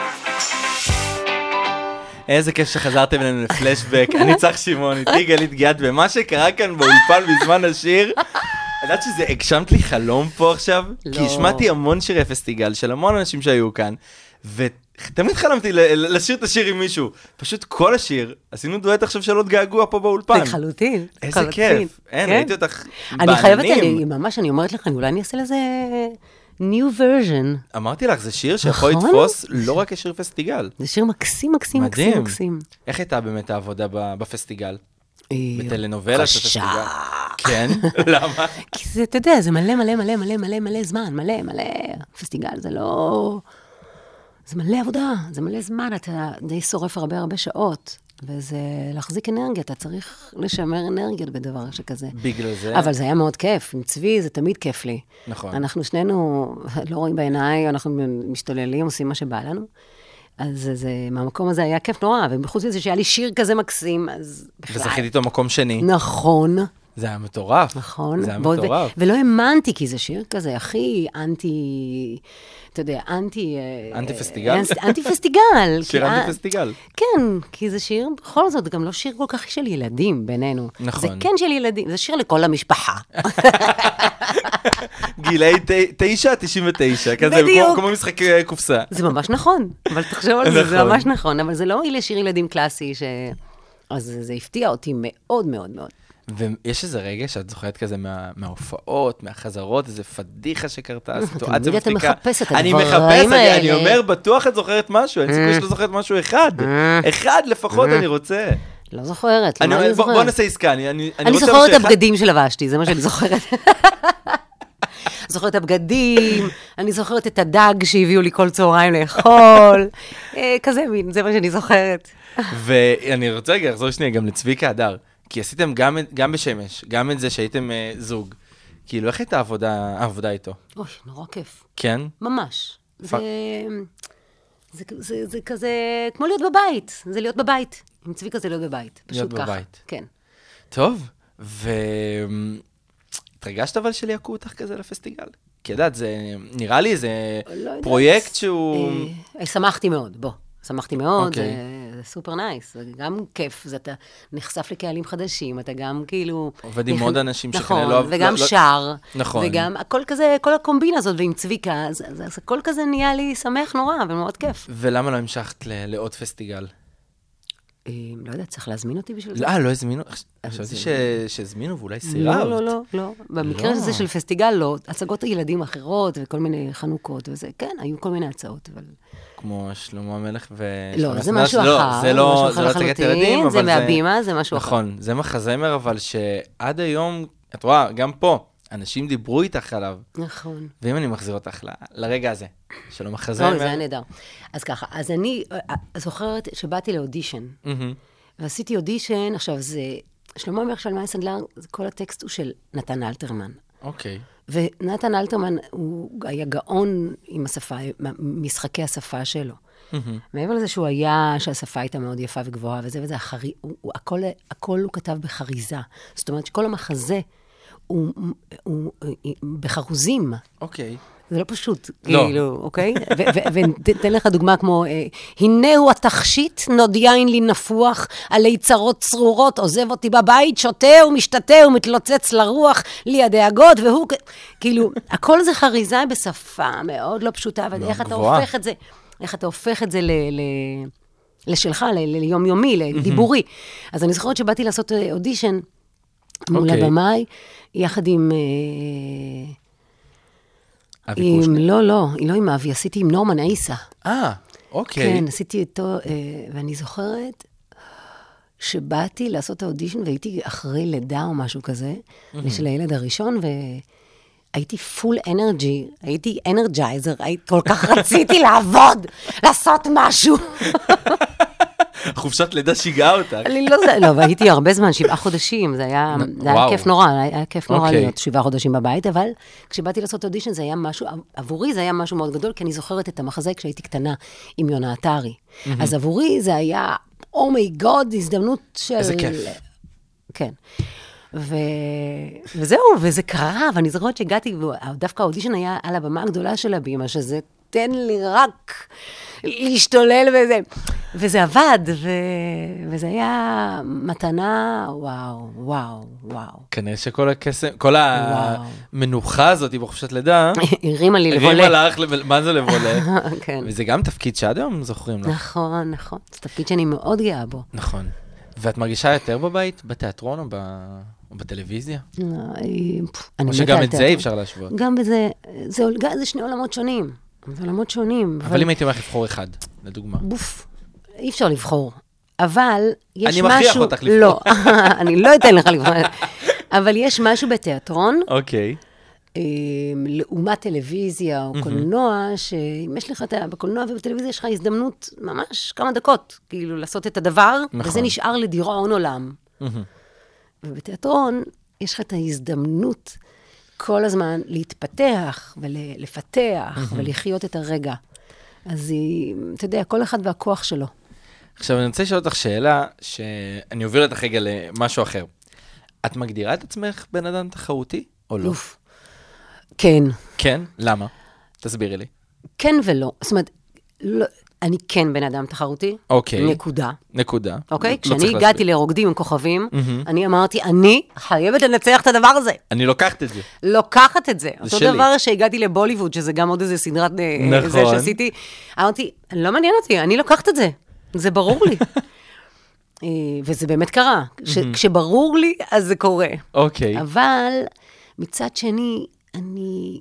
איזה כיף שחזרתם אלינו לפלשבק, אני צריך שמעון, איתי גלית גיאת, ומה שקרה כאן באולפן בזמן השיר, יודעת שזה, הגשמת לי חלום פה עכשיו? לא. כי השמעתי המון שירי פסטיגל של המון אנשים שהיו כאן, ותמיד חלמתי לשיר את השיר עם מישהו. פשוט כל השיר, עשינו דואט עכשיו של עוד געגוע פה באולפן. לחלוטין. איזה כיף. אין, ראיתי אותך בעננים. אני חייבת, אני ממש, אני אומרת לך, אולי אני אעשה לזה new version. אמרתי לך, זה שיר שיכול לתפוס לא רק כשיר פסטיגל. זה שיר מקסים, מקסים, מקסים, מקסים. איך הייתה באמת העבודה בפסטיגל? בטלנובלה של פסטיגל. כן? למה? כי זה, אתה יודע, זה מלא, מלא, מלא, מלא, מלא, מלא זמן, מלא, מלא. פסטיגל זה לא... זה מלא עבודה, זה מלא זמן, אתה די שורף הרבה הרבה שעות. וזה להחזיק אנרגיה, אתה צריך לשמר אנרגיות בדבר שכזה. בגלל זה? אבל זה היה מאוד כיף, עם צבי זה תמיד כיף לי. נכון. אנחנו שנינו לא רואים בעיניי, אנחנו משתוללים, עושים מה שבא לנו. אז זה, מהמקום הזה היה כיף נורא, ובחוץ מזה שהיה לי שיר כזה מקסים, אז בכלל... וזכיתי איתו מקום שני. נכון. זה היה מטורף. נכון. זה היה מטורף. ולא האמנתי, כי זה שיר כזה, הכי אנטי, אתה יודע, אנטי... אנטי פסטיגל? אנטי פסטיגל. שיר אנטי פסטיגל. כן, כי זה שיר, בכל זאת, גם לא שיר כל כך של ילדים בינינו. נכון. זה כן של ילדים, זה שיר לכל המשפחה. גילי תשע, תשעים ותשע, כזה, כמו משחק קופסה. זה ממש נכון, אבל תחשוב על זה, זה ממש נכון, אבל זה לא שיר ילדים קלאסי, ש... אז זה הפתיע אותי מאוד מאוד מאוד. ויש איזה רגע שאת זוכרת כזה מההופעות, מהחזרות, איזה פדיחה שקרתה, סיטואציה תמיד אתה מחפש את אני הדברים מחפש, האלה. אני אומר, בטוח את זוכרת משהו, אין סיכוי שלא זוכרת משהו אחד. אחד לפחות אני רוצה. לא זוכרת, למה אני זוכרת? בוא נעשה עסקה, אני רוצה... אני זוכרת את הבגדים שלבשתי, זה מה שאני זוכרת. זוכרת את הבגדים, אני זוכרת את הדג שהביאו לי כל צהריים לאכול, כזה מין, זה מה שאני זוכרת. ואני רוצה רגע לחזור שנייה גם לצביקה הדר, כי עשיתם גם, גם בשמש, גם את זה שהייתם uh, זוג. כאילו, איך הייתה העבודה, העבודה איתו? אוי, נורא כיף. כן? ממש. זה, זה, זה, זה כזה, כמו להיות בבית. זה להיות בבית. עם צביקה זה להיות בבית. פשוט ככה. להיות בבית. כן. טוב, והתרגשת אבל שליעקו אותך כזה לפסטיגל? כי יודעת, זה נראה לי זה פרויקט שהוא... שמחתי מאוד, בוא. שמחתי מאוד, זה סופר נייס, זה גם כיף, זה אתה נחשף לקהלים חדשים, אתה גם כאילו... עובד עם עוד אנשים שכנראה לא... נכון, וגם שר, וגם הכל כזה, כל הקומבינה הזאת, ועם צביקה, אז הכל כזה נהיה לי שמח נורא, ומאוד כיף. ולמה לא המשכת לעוד פסטיגל? לא יודעת, צריך להזמין אותי בשביל זה. אה, לא הזמינו? חשבתי שהזמינו ואולי סירבת. לא, לא, לא, לא. במקרה הזה של פסטיגל לא, הצגות ילדים אחרות וכל מיני חנוכות וזה, כן, היו כל מיני הצעות, אבל... כמו שלמה המלך ו... לא, זה משהו אחר. זה לא הצגת ילדים, אבל זה... זה מהבימה, זה משהו אחר. נכון, זה מחזמר, אבל שעד היום, את רואה, גם פה, אנשים דיברו איתך עליו. נכון. ואם אני מחזיר אותך לרגע הזה, שלא מחזמר... לא, זה היה נהדר. אז ככה, אז אני זוכרת שבאתי לאודישן, ועשיתי אודישן, עכשיו זה... שלמה המלך של מאי סנדלר, כל הטקסט הוא של נתן אלתרמן. אוקיי. ונתן אלתרמן הוא היה גאון עם השפה, משחקי השפה שלו. מעבר לזה שהוא היה, שהשפה הייתה מאוד יפה וגבוהה, וזה וזה, הכל, הכל הוא כתב בחריזה. זאת אומרת שכל המחזה הוא בחרוזים. אוקיי. זה לא פשוט, כאילו, אוקיי? ותן לך דוגמה כמו, הנה הוא התכשיט, נוד יין לי נפוח, עלי צרות צרורות, עוזב אותי בבית, שותה ומשתתה ומתלוצץ לרוח, לי הדאגות, והוא, כאילו, הכל זה חריזה בשפה מאוד לא פשוטה, ואיך אתה הופך את זה, איך אתה הופך את זה לשלך, ליומיומי, לדיבורי. אז אני זוכרת שבאתי לעשות אודישן מול הבמאי, יחד עם... אבי קושנר? לא, לא, לא עם אבי, עשיתי עם נורמן עיסא. אה, אוקיי. כן, עשיתי איתו, ואני זוכרת שבאתי לעשות האודישן, והייתי אחרי לידה או משהו כזה, של הילד הראשון, והייתי פול אנרג'י, הייתי אנרג'ייזר, כל כך רציתי לעבוד, לעשות משהו. חופשת לידה שיגעה אותך. אני לא זה, לא, והייתי הרבה זמן, שבעה חודשים, זה היה כיף נורא, היה כיף נורא להיות שבעה חודשים בבית, אבל כשבאתי לעשות אודישן, זה היה משהו, עבורי זה היה משהו מאוד גדול, כי אני זוכרת את המחזה כשהייתי קטנה עם יונה עטרי. אז עבורי זה היה, אומי גוד, הזדמנות של... איזה כיף. כן. וזהו, וזה קרה, ואני זוכרת שהגעתי, ודווקא האודישן היה על הבמה הגדולה של הבימה, שזה תן לי רק להשתולל וזה. וזה עבד, ו... וזה היה מתנה, וואו, וואו, וואו. כנראה שכל הקסם, כל המנוחה הזאת היא בחופשת לידה, הרימה לי לבולה. הרימה לך, מה זה לבולה? כן. וזה גם תפקיד שעד היום זוכרים לך. נכון, נכון. זה תפקיד שאני מאוד גאה בו. נכון. ואת מרגישה יותר בבית, בתיאטרון או, ב... או בטלוויזיה? או שגם את זה אפשר להשוות? גם בזה, זה, זה שני עולמות שונים. זה עולמות שונים. אבל אם הייתי הולך לבחור אחד, לדוגמה. בוף. אי אפשר לבחור, אבל יש אני משהו... אני מכריח אותך לבחור. לא, אני לא אתן לך לבחור. אבל יש משהו בתיאטרון, אוקיי. לעומת טלוויזיה או קולנוע, שאם יש לך בקולנוע ובטלוויזיה, יש לך הזדמנות ממש כמה דקות, כאילו לעשות את הדבר, וזה נשאר לדיראון עולם. ובתיאטרון, יש לך את ההזדמנות כל הזמן להתפתח ולפתח ולחיות את הרגע. אז אתה יודע, כל אחד והכוח שלו. עכשיו, אני רוצה לשאול אותך שאלה, שאני אוביל אותך רגע למשהו אחר. את מגדירה את עצמך בן אדם תחרותי, או לא? אוף. כן. כן? למה? תסבירי לי. כן ולא. זאת אומרת, לא, אני כן בן אדם תחרותי. אוקיי. נקודה. נקודה. אוקיי? לא, כשאני לא הגעתי לרוקדים עם כוכבים, mm-hmm. אני אמרתי, אני חייבת לנצח את הדבר הזה. אני לוקחת את זה. לוקחת את זה. זה אותו שלי. דבר שהגעתי לבוליווד, שזה גם עוד איזה סדרת... נכון. זה שעשיתי. אמרתי, לא מעניין אותי, אני לוקחת את זה. זה ברור לי. וזה באמת קרה. כש, mm-hmm. כשברור לי, אז זה קורה. אוקיי. אבל מצד שני, אני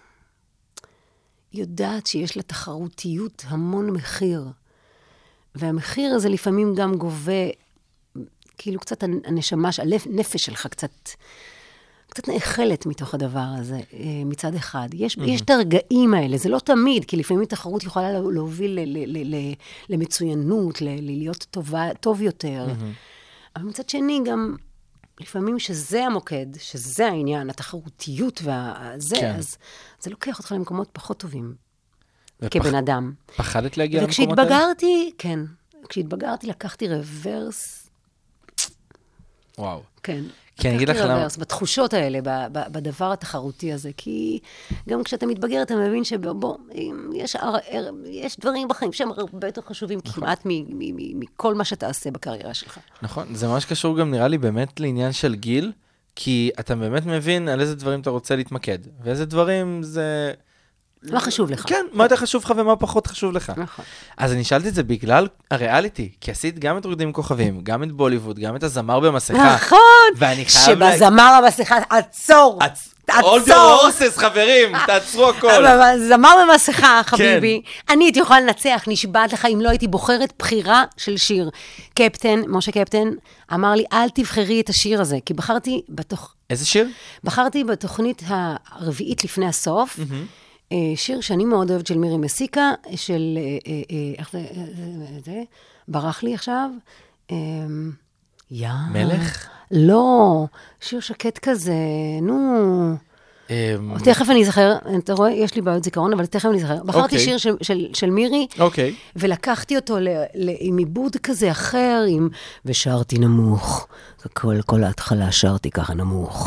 יודעת שיש לתחרותיות המון מחיר. והמחיר הזה לפעמים גם גובה, כאילו קצת הנשמה, הנפש שלך קצת, קצת נאכלת מתוך הדבר הזה, מצד אחד. יש, mm-hmm. יש את הרגעים האלה, זה לא תמיד, כי לפעמים תחרות יכולה להוביל ל, ל, ל, ל, למצוינות, ל, להיות טובה, טוב יותר. Mm-hmm. אבל מצד שני גם, לפעמים שזה המוקד, שזה העניין, התחרותיות והזה, כן. אז זה לוקח אותך למקומות פחות טובים, ופח- כבן אדם. פחדת להגיע למקומות האלה? וכשהתבגרתי, כן, כשהתבגרתי לקחתי רוורס, וואו. כן. כי אני אגיד לך לקחתי למה- רוורס, בתחושות האלה, ב- ב- בדבר התחרותי הזה, כי גם כשאתה מתבגר, אתה מבין שבוא, יש, הר- הר- יש דברים בחיים שהם הרבה יותר חשובים כמעט מ- מ- מ- מכל מה שתעשה בקריירה שלך. נכון, זה ממש קשור גם נראה לי באמת לעניין של גיל, כי אתה באמת מבין על איזה דברים אתה רוצה להתמקד, ואיזה דברים זה... מה חשוב לך? כן, מה יותר חשוב לך ומה פחות חשוב לך. נכון. אז אני שאלתי את זה בגלל הריאליטי, כי עשית גם את רוקדים עם כוכבים, גם את בוליווד, גם את הזמר במסכה. נכון, ואני חייב... לה- שבזמר המסכה, עצור, עצ- All your horses, חברים, תעצרו הכל. זמר במסכה, חביבי. אני הייתי יכולה לנצח, נשבעת לך, אם לא הייתי בוחרת בחירה של שיר. קפטן, משה קפטן, אמר לי, אל תבחרי את השיר הזה, כי בחרתי בתוך... איזה שיר? בחרתי בתוכנית הרביעית לפני הסוף, אה, שיר שאני מאוד אוהבת של מירי מסיקה, של... אה, אה, אה, איך זה... אה, זה- זה? ברח לי עכשיו. אה, יא. מלך? לא, שיר שקט כזה, נו... אמ, תכף אני אזכר, אתה רואה, יש לי בעיות זיכרון, אבל תכף אני אזכר. בחרתי אוקיי. שיר של, של, של מירי, אוקיי. ולקחתי אותו ל, ל, עם עיבוד כזה אחר, עם... ושרתי נמוך. כל, כל ההתחלה שרתי ככה נמוך.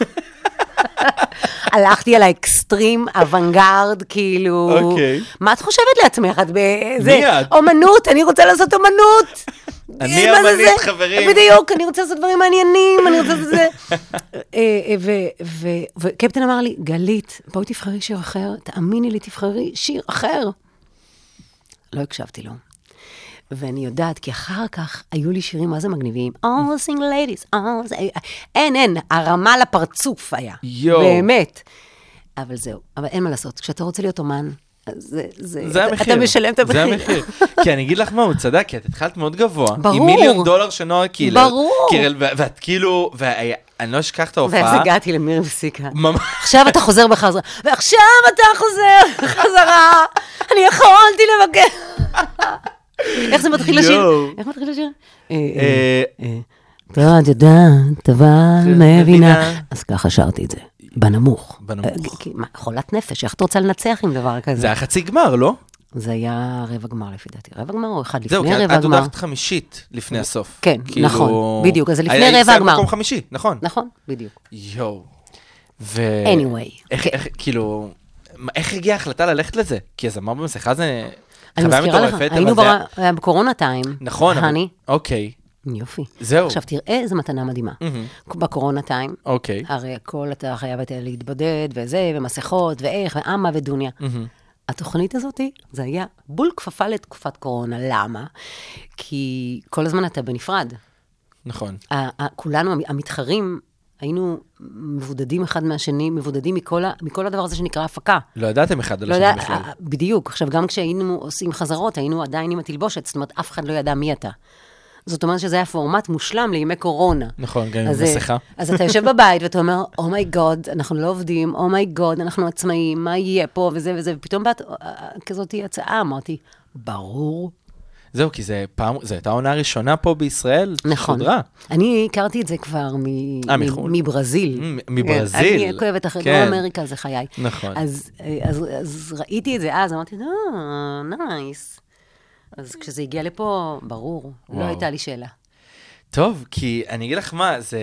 הלכתי על האקסטרים, אוונגרד, כאילו... אוקיי. מה את חושבת לעצמך? את באיזה... מי את? אומנות, אני רוצה לעשות אומנות. אני מה זה אמנית, זה? חברים. בדיוק, אני רוצה לעשות דברים מעניינים, אני רוצה לעשות זה. אה, אה, ו- ו- וקפטן אמר לי, גלית, בואי תבחרי שיר אחר, תאמיני לי, תבחרי שיר אחר. לא הקשבתי לו. ואני יודעת, כי אחר כך היו לי שירים מה זה מגניבים. All sing ladies, all sing... אין, אין, הרמה לפרצוף היה. יו. באמת. אבל זהו, אבל אין מה לעשות. כשאתה רוצה להיות אומן, אז זה... זה, זה אתה, המחיר. אתה משלם את המחיר. זה המחיר. כי אני אגיד לך מה, הוא צדק, כי את התחלת מאוד גבוה. ברור. עם מיליון דולר של נועה קילר. ברור. קירל, ו- ואת כאילו, ואני לא אשכח את ואז ההופעה. הגעתי למירי מסיקה. ממש. עכשיו אתה חוזר בחזרה, ועכשיו אתה חוזר בחזרה, אני יכולתי לבקר. איך זה מתחיל לשיר? יואו. איך מתחיל לשיר? אה, אה, אה, אה, את יודעת, אבל מבינה. מבינה. אז ככה שרתי את זה, בנמוך. בנמוך. אה, כי- מה, חולת נפש, איך את רוצה לנצח עם דבר כזה? זה היה חצי גמר, לא? זה היה רבע גמר לפי דעתי. רבע גמר או אחד זהו, לפני כי את- רבע את גמר? הודחת חמישית לפני הסוף. כן, כאילו- נכון, בדיוק, אז זה לפני היה- רבע הפסדת הגמר. מקום חמישי, נכון. נכון, בדיוק. יואו. ו... Anyway, איך, כן. איך, כאילו, מה- איך הגיעה ההחלטה ללכת לזה? כי הזמר במסכה זה אני חוויה מזכירה לך, מטורפת, היינו אבל זה... בר- היה בקורונה טיים. נכון, אבל... הני, אוקיי, יופי. זהו. עכשיו תראה איזו מתנה מדהימה. בקורונה טיים, אוקיי. הרי הכל אתה חייב להתבודד, וזה, ומסכות, ואיך, ואמה ודוניה. התוכנית הזאת, זה היה בול כפפה לתקופת קורונה. למה? כי כל הזמן אתה בנפרד. נכון. ה- ה- כולנו, המ- המתחרים, היינו מבודדים אחד מהשני, מבודדים מכל, ה- מכל הדבר הזה שנקרא הפקה. לא ידעתם אחד על לא השני יודע, בכלל. ה- בדיוק. עכשיו, גם כשהיינו עושים חזרות, היינו עדיין עם התלבושת, זאת אומרת, אף אחד לא ידע מי אתה. זאת אומרת שזה היה פורמט מושלם לימי קורונה. נכון, גם עם אז, מסכה. אז אתה יושב בבית ואתה אומר, אומייגוד, אנחנו לא עובדים, אומייגוד, אנחנו עצמאים, מה יהיה פה וזה וזה, ופתאום באת כזאת הצעה, אמרתי, ברור. זהו, כי זה פעם, זו הייתה העונה הראשונה פה בישראל, נכון. שודרה. אני הכרתי את זה כבר מ- אה, מ- מחו"ל? מברזיל. מ- מברזיל. אני עוקבת אחרי כן. דרום אמריקה, זה חיי. נכון. אז, אז, אז ראיתי את זה אז, אמרתי, אה, נייס. אז כשזה הגיע לפה, ברור, לא וואו. הייתה לי שאלה. טוב, כי אני אגיד לך מה, זה...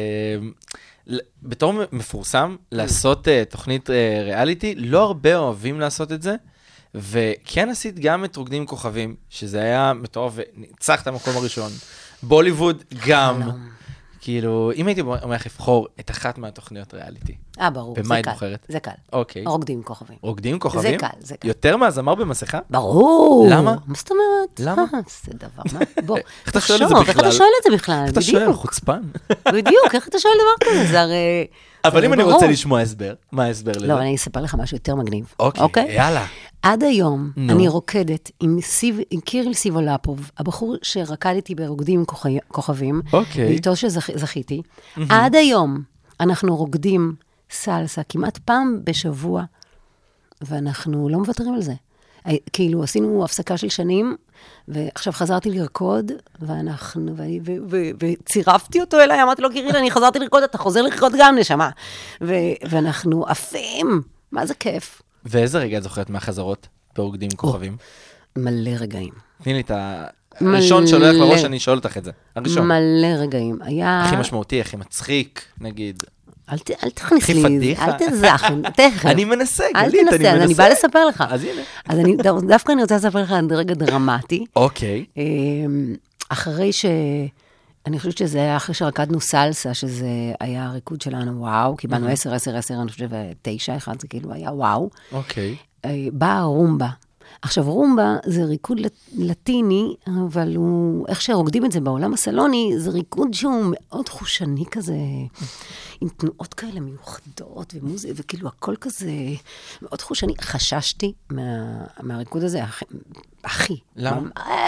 ל- בתור מפורסם, לעשות uh, תוכנית uh, ריאליטי, לא הרבה אוהבים לעשות את זה, וכן עשית גם את רוקדים עם כוכבים, שזה היה מטורף, וניצחת המקום הראשון. בוליווד גם. כאילו, אם הייתי אומר לך לבחור את אחת מהתוכניות ריאליטי, אה, ברור, במה זה היית קל. בוחרת? זה קל. אוקיי. רוקדים עם כוכבים. רוקדים עם כוכבים? זה קל, זה קל. יותר מהזמר במסכה? ברור. למה? מה זאת אומרת? למה? אה, זה דבר, מה? בוא, איך אתה שואל את זה תחשוב, איך בכלל? אתה שואל את זה בכלל? איך אתה שואל? בדיוק, חוצפן? בדיוק, איך אתה שואל דבר כזה? זה הרי... אבל זה אם אני ברור. רוצה לשמוע הסבר, מה ההסבר לזה? לא, אני אספר לך משהו יותר מגניב. אוקיי, יאללה. עד היום נו. אני רוקדת עם, סיב, עם קיריל סיבולפוב, הבחור שרקדתי ברוקדים עם כוכי- כוכבים, אוקיי. ואיתו שזכיתי. עד היום אנחנו רוקדים סלסה כמעט פעם בשבוע, ואנחנו לא מוותרים על זה. כאילו, עשינו הפסקה של שנים, ועכשיו חזרתי לרקוד, ואנחנו, וצירפתי אותו אליי, אמרתי לו, קיריל, אני חזרתי לרקוד, אתה חוזר לרקוד גם, נשמה. ואנחנו עפים, מה זה כיף. ואיזה רגע את זוכרת מהחזרות ברוקדים עם כוכבים? מלא רגעים. תני לי את הראשון שלא ילך לראש, אני אשאול אותך את זה. הראשון. מלא רגעים. היה... הכי משמעותי, הכי מצחיק, נגיד. אל תכניס לי, אל תזח, תכף. אני מנסה, אל גלית, אני תנסה, מנסה. אני באה לספר לך. אז הנה. אז דווקא אני רוצה לספר לך על רגע דרמטי. אוקיי. אחרי ש... אני חושבת שזה היה אחרי שרקדנו סלסה, שזה היה הריקוד שלנו, וואו, קיבלנו עשר, עשר, עשר, אני חושבת, תשע, אחד, זה כאילו היה וואו. אוקיי. באה רומבה. עכשיו, רומבה זה ריקוד לטיני, אבל הוא, איך שרוקדים את זה בעולם הסלוני, זה ריקוד שהוא מאוד חושני כזה, עם תנועות כאלה מיוחדות ומוזיקה, וכאילו הכל כזה מאוד חושני. חששתי מה, מהריקוד הזה, אחי. למה?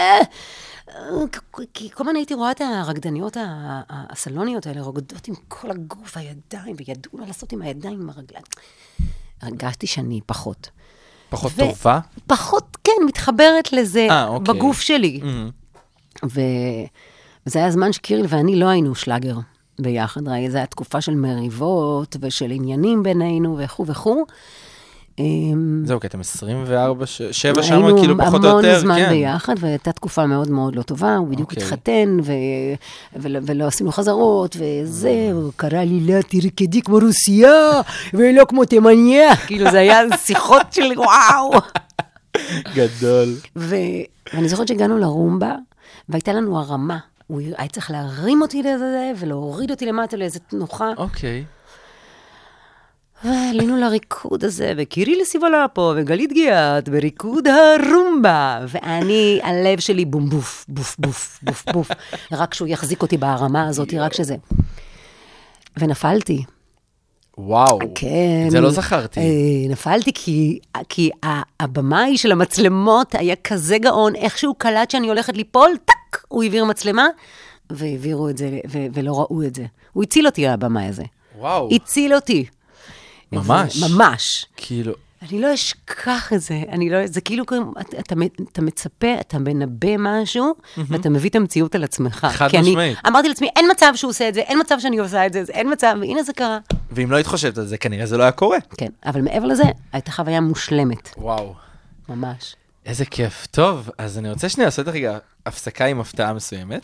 כי כל הזמן הייתי רואה את הרקדניות הסלוניות האלה, רוקדות עם כל הגוף, הידיים, וידעו מה לעשות עם הידיים, עם הרגליים. הרגשתי שאני פחות. פחות טובה? פחות, כן, מתחברת לזה 아, אוקיי. בגוף שלי. Mm-hmm. ו... וזה היה זמן שקיריל ואני לא היינו שלאגר ביחד. ראי, זו הייתה תקופה של מריבות ושל עניינים בינינו וכו' וכו'. זהו, כי אתם עשרים וארבע, שבע שמה, כאילו פחות או יותר, היינו המון זמן כן. ביחד, והייתה תקופה מאוד מאוד לא טובה, הוא בדיוק okay. התחתן, ו... ולא, ולא עשינו חזרות, וזהו, קרא לי, לא, תרקדי כמו רוסיה, ולא כמו תימניה, כאילו זה היה שיחות של וואו. גדול. ו... ואני זוכרת שהגענו לרומבה, והייתה לנו הרמה, הוא היה צריך להרים אותי לזה, ולהוריד אותי למטה לאיזו תנוחה. אוקיי. Okay. ועלינו לריקוד הזה, וקיריל סיבלה פה, וגלית גיאת, בריקוד הרומבה. ואני, הלב שלי בום בוף, בוף, בוף, בוף, בוף. רק שהוא יחזיק אותי בהרמה הזאת, רק שזה. ונפלתי. וואו. כן. זה לא זכרתי. נפלתי כי, כי הבמאי של המצלמות היה כזה גאון, איכשהו קלט שאני הולכת ליפול, טק, הוא העביר מצלמה, והעבירו את זה, ו- ולא ראו את זה. הוא הציל אותי, הבמאי הזה. וואו. הציל אותי. ממש. ממש. כאילו. אני לא אשכח את זה. אני לא, זה כאילו, אתה, אתה, אתה מצפה, אתה מנבא משהו, ואתה מביא את המציאות על עצמך. חד כי משמעית. אני אמרתי לעצמי, אין מצב שהוא עושה את זה, אין מצב שאני עושה את זה, אין מצב, והנה זה קרה. ואם לא היית חושבת על זה, כנראה זה לא היה קורה. כן, אבל מעבר לזה, הייתה חוויה מושלמת. וואו. ממש. איזה כיף. טוב, אז אני רוצה שנייה לעשות רגע הפסקה עם הפתעה מסוימת.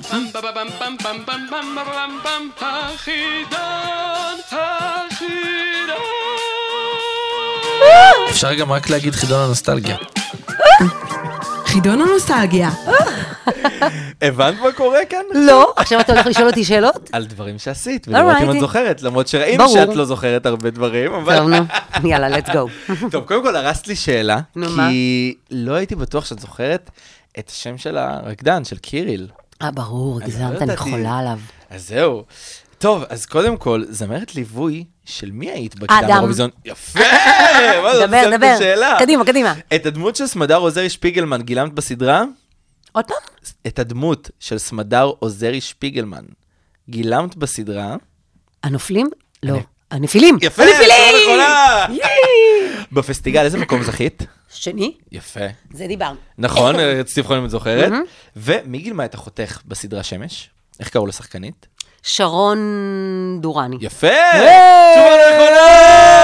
אפשר גם רק להגיד חידון הנוסטלגיה. חידון הנוסטלגיה. הבנת מה קורה כאן? לא. עכשיו אתה הולך לשאול אותי שאלות? על דברים שעשית, ולראות אם את זוכרת, למרות שראינו שאת לא זוכרת הרבה דברים. טוב, נו, יאללה, let's go. טוב, קודם כל הרסת לי שאלה, כי לא הייתי בטוח שאת זוכרת את השם של הרקדן, של קיריל. אה, ברור, גזמת, אני חולה עליו. אז זהו. טוב, אז קודם כל, זמרת ליווי של מי היית בקדם אירוויזיון? יפה! מה זאת דבר, דבר. שאלה? קדימה, קדימה. את הדמות של סמדר עוזרי שפיגלמן גילמת בסדרה? עוד פעם? את הדמות של סמדר עוזרי שפיגלמן גילמת בסדרה? הנופלים? לא. הנפילים. יפה! הנפילים! בפסטיגל, איזה מקום זכית? שני. יפה. זה דיברנו. נכון, רציתי לבחון אם את זוכרת. ומי גילמה את אחותך בסדרה שמש? איך קראו לשחקנית? שרון דורני. יפה! תשובה נכונה!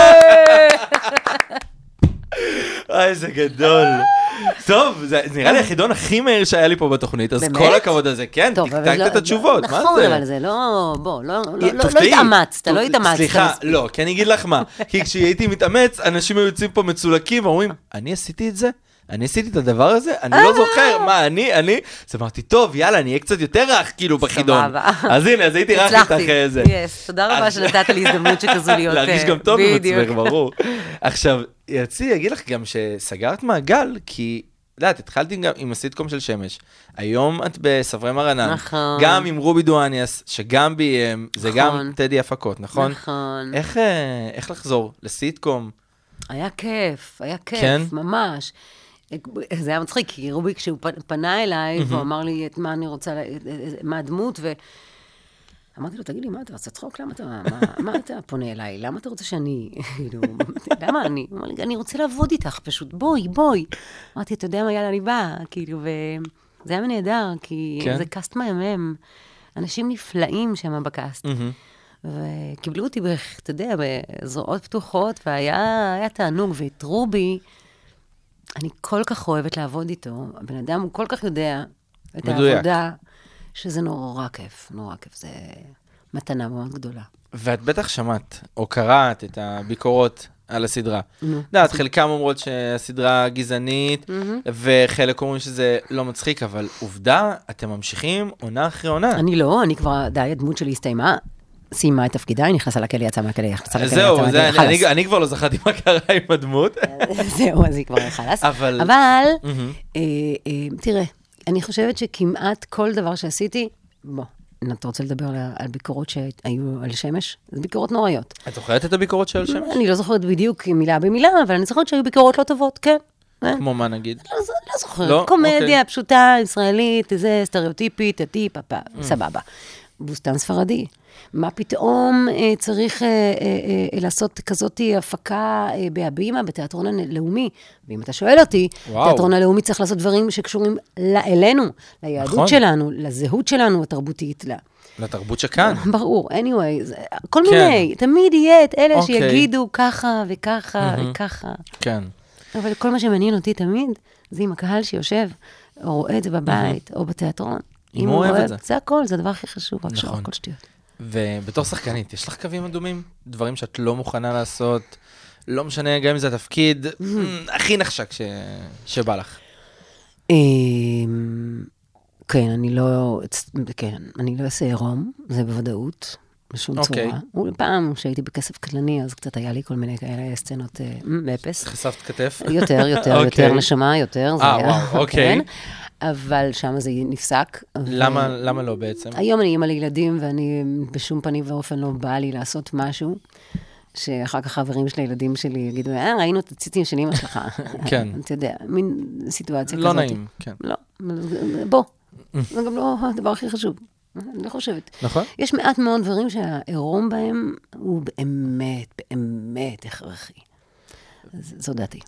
אוי, זה גדול. טוב, זה נראה לי החידון הכי מהיר שהיה לי פה בתוכנית, אז כל הכבוד על זה, כן, תקתקת את התשובות, מה זה? נכון, אבל זה לא, בוא, לא התאמצת, לא התאמצת. סליחה, לא, כי אני אגיד לך מה, כי כשהייתי מתאמץ, אנשים היו יוצאים פה מצולקים, ואומרים, אני עשיתי את זה? אני עשיתי את הדבר הזה? אני לא זוכר, מה, אני, אני? אז אמרתי, טוב, יאללה, אני אהיה קצת יותר רך, כאילו, בחידון. אז הנה, אז הייתי רך איתך איזה. תודה רבה שנתת לי הזדמנות שכזו להיות. להרגיש גם טוב עם עצמך, ברור. עכשיו, רציתי להגיד לך גם שסגרת מעגל, כי, יודעת, התחלתי גם עם הסיטקום של שמש. היום את בסברי מרנן. נכון. גם עם רובי דואניאס, שגם ביים, זה גם טדי הפקות, נכון? נכון. איך לחזור לסיטקום? היה כיף, היה כיף, ממש. זה היה מצחיק, כי רובי כשהוא פנה אליי, והוא אמר לי את מה אני רוצה, מה הדמות, אמרתי לו, תגיד לי, מה אתה רוצה צחוק? למה אתה, מה, מה אתה פונה אליי? למה אתה רוצה שאני, כאילו, למה אני? הוא אמר לי, אני רוצה לעבוד איתך פשוט, בואי, בואי. אמרתי, אתה יודע מה, יאללה, אני באה, כאילו, וזה היה נהדר, כי כן? זה קאסט מהמם. אנשים נפלאים שם בקאסט. וקיבלו אותי, אתה יודע, בזרועות פתוחות, והיה היה תענוג, ואת רובי, אני כל כך אוהבת לעבוד איתו. הבן אדם הוא כל כך יודע את מדויק. העבודה, שזה נורא כיף, נורא כיף. זה מתנה מאוד גדולה. ואת בטח שמעת, או קראת את הביקורות על הסדרה. יודעת, חלקם אומרות שהסדרה גזענית, וחלק אומרים שזה לא מצחיק, אבל עובדה, אתם ממשיכים עונה אחרי עונה. אני לא, אני כבר, די, הדמות שלי הסתיימה, סיימה את תפקידה, היא נכנסה לכלא, יצאה מהכלא, נכנסה לכלא, זהו, יצאה זה- מהכלא, אני- חלאס. אני כבר לא זכרתי מה קרה עם הדמות. זהו, אז היא כבר חלאס. אבל- אבל, אה, אה, תראה, אני חושבת שכמעט כל דבר שעשיתי, בוא, אם אתה רוצה לדבר על- על ביקורות שהיו על שמש, זה ביקורות נוראיות. את זוכרת את הביקורות של שמש? אני לא זוכרת בדיוק מילה במילה, אבל אני זוכרת שהיו ביקורות לא טובות, כן. אה, כמו מה נגיד? לא ז- לא זוכרת. לא? קומדיה אוקיי. פשוטה, ישראלית, זה סטריאוטיפית, הטיפ, הפ, סבבה. בוסטן ספרדי. מה פתאום אה, צריך אה, אה, אה, לעשות כזאת הפקה אה, בהבימה, בתיאטרון הלאומי? ואם אתה שואל אותי, וואו. תיאטרון הלאומי צריך לעשות דברים שקשורים לה- אלינו, ליהדות נכון. שלנו, לזהות שלנו התרבותית. לה. לתרבות שכאן. ברור, anyway, זה- כל כן. מיני, תמיד יהיה את אלה אוקיי. שיגידו ככה וככה וככה. כן. אבל כל מה שמעניין אותי תמיד, זה עם הקהל שיושב, או רואה את זה בבית, או בתיאטרון. אם הוא אוהב את זה. זה הכל, זה הדבר הכי חשוב, רק נכון. שוב, הכל שטויות. ובתור שחקנית, יש לך קווים אדומים? דברים שאת לא מוכנה לעשות? לא משנה, גם אם זה התפקיד הכי נחשק ש- שבא לך. אמ, כן, אני לא, כן, אני לא אעשה עירום, זה בוודאות, בשום אוקיי. צורה. אולי פעם שהייתי בכסף קטלני, אז קצת היה לי כל מיני כאלה סצנות אה, באפס. חשפת כתף? יותר, יותר, אוקיי. יותר נשמה, יותר. זה אה, היה, וואו, אוקיי. כן. אבל שם זה נפסק. ו- למה למה לא בעצם? היום אני אימא לילדים, ואני בשום פנים ואופן לא באה לי לעשות משהו, שאחר כך חברים של הילדים שלי יגידו, אה, ראינו את הציצים של אמא שלך. כן. אתה יודע, מין סיטואציה לא כזאת. נעים, כן. לא, בוא, זה גם לא הדבר הכי חשוב. אני לא חושבת. נכון? יש מעט מאוד דברים שהעירום בהם הוא באמת, באמת הכרחי. אז זו דעתי.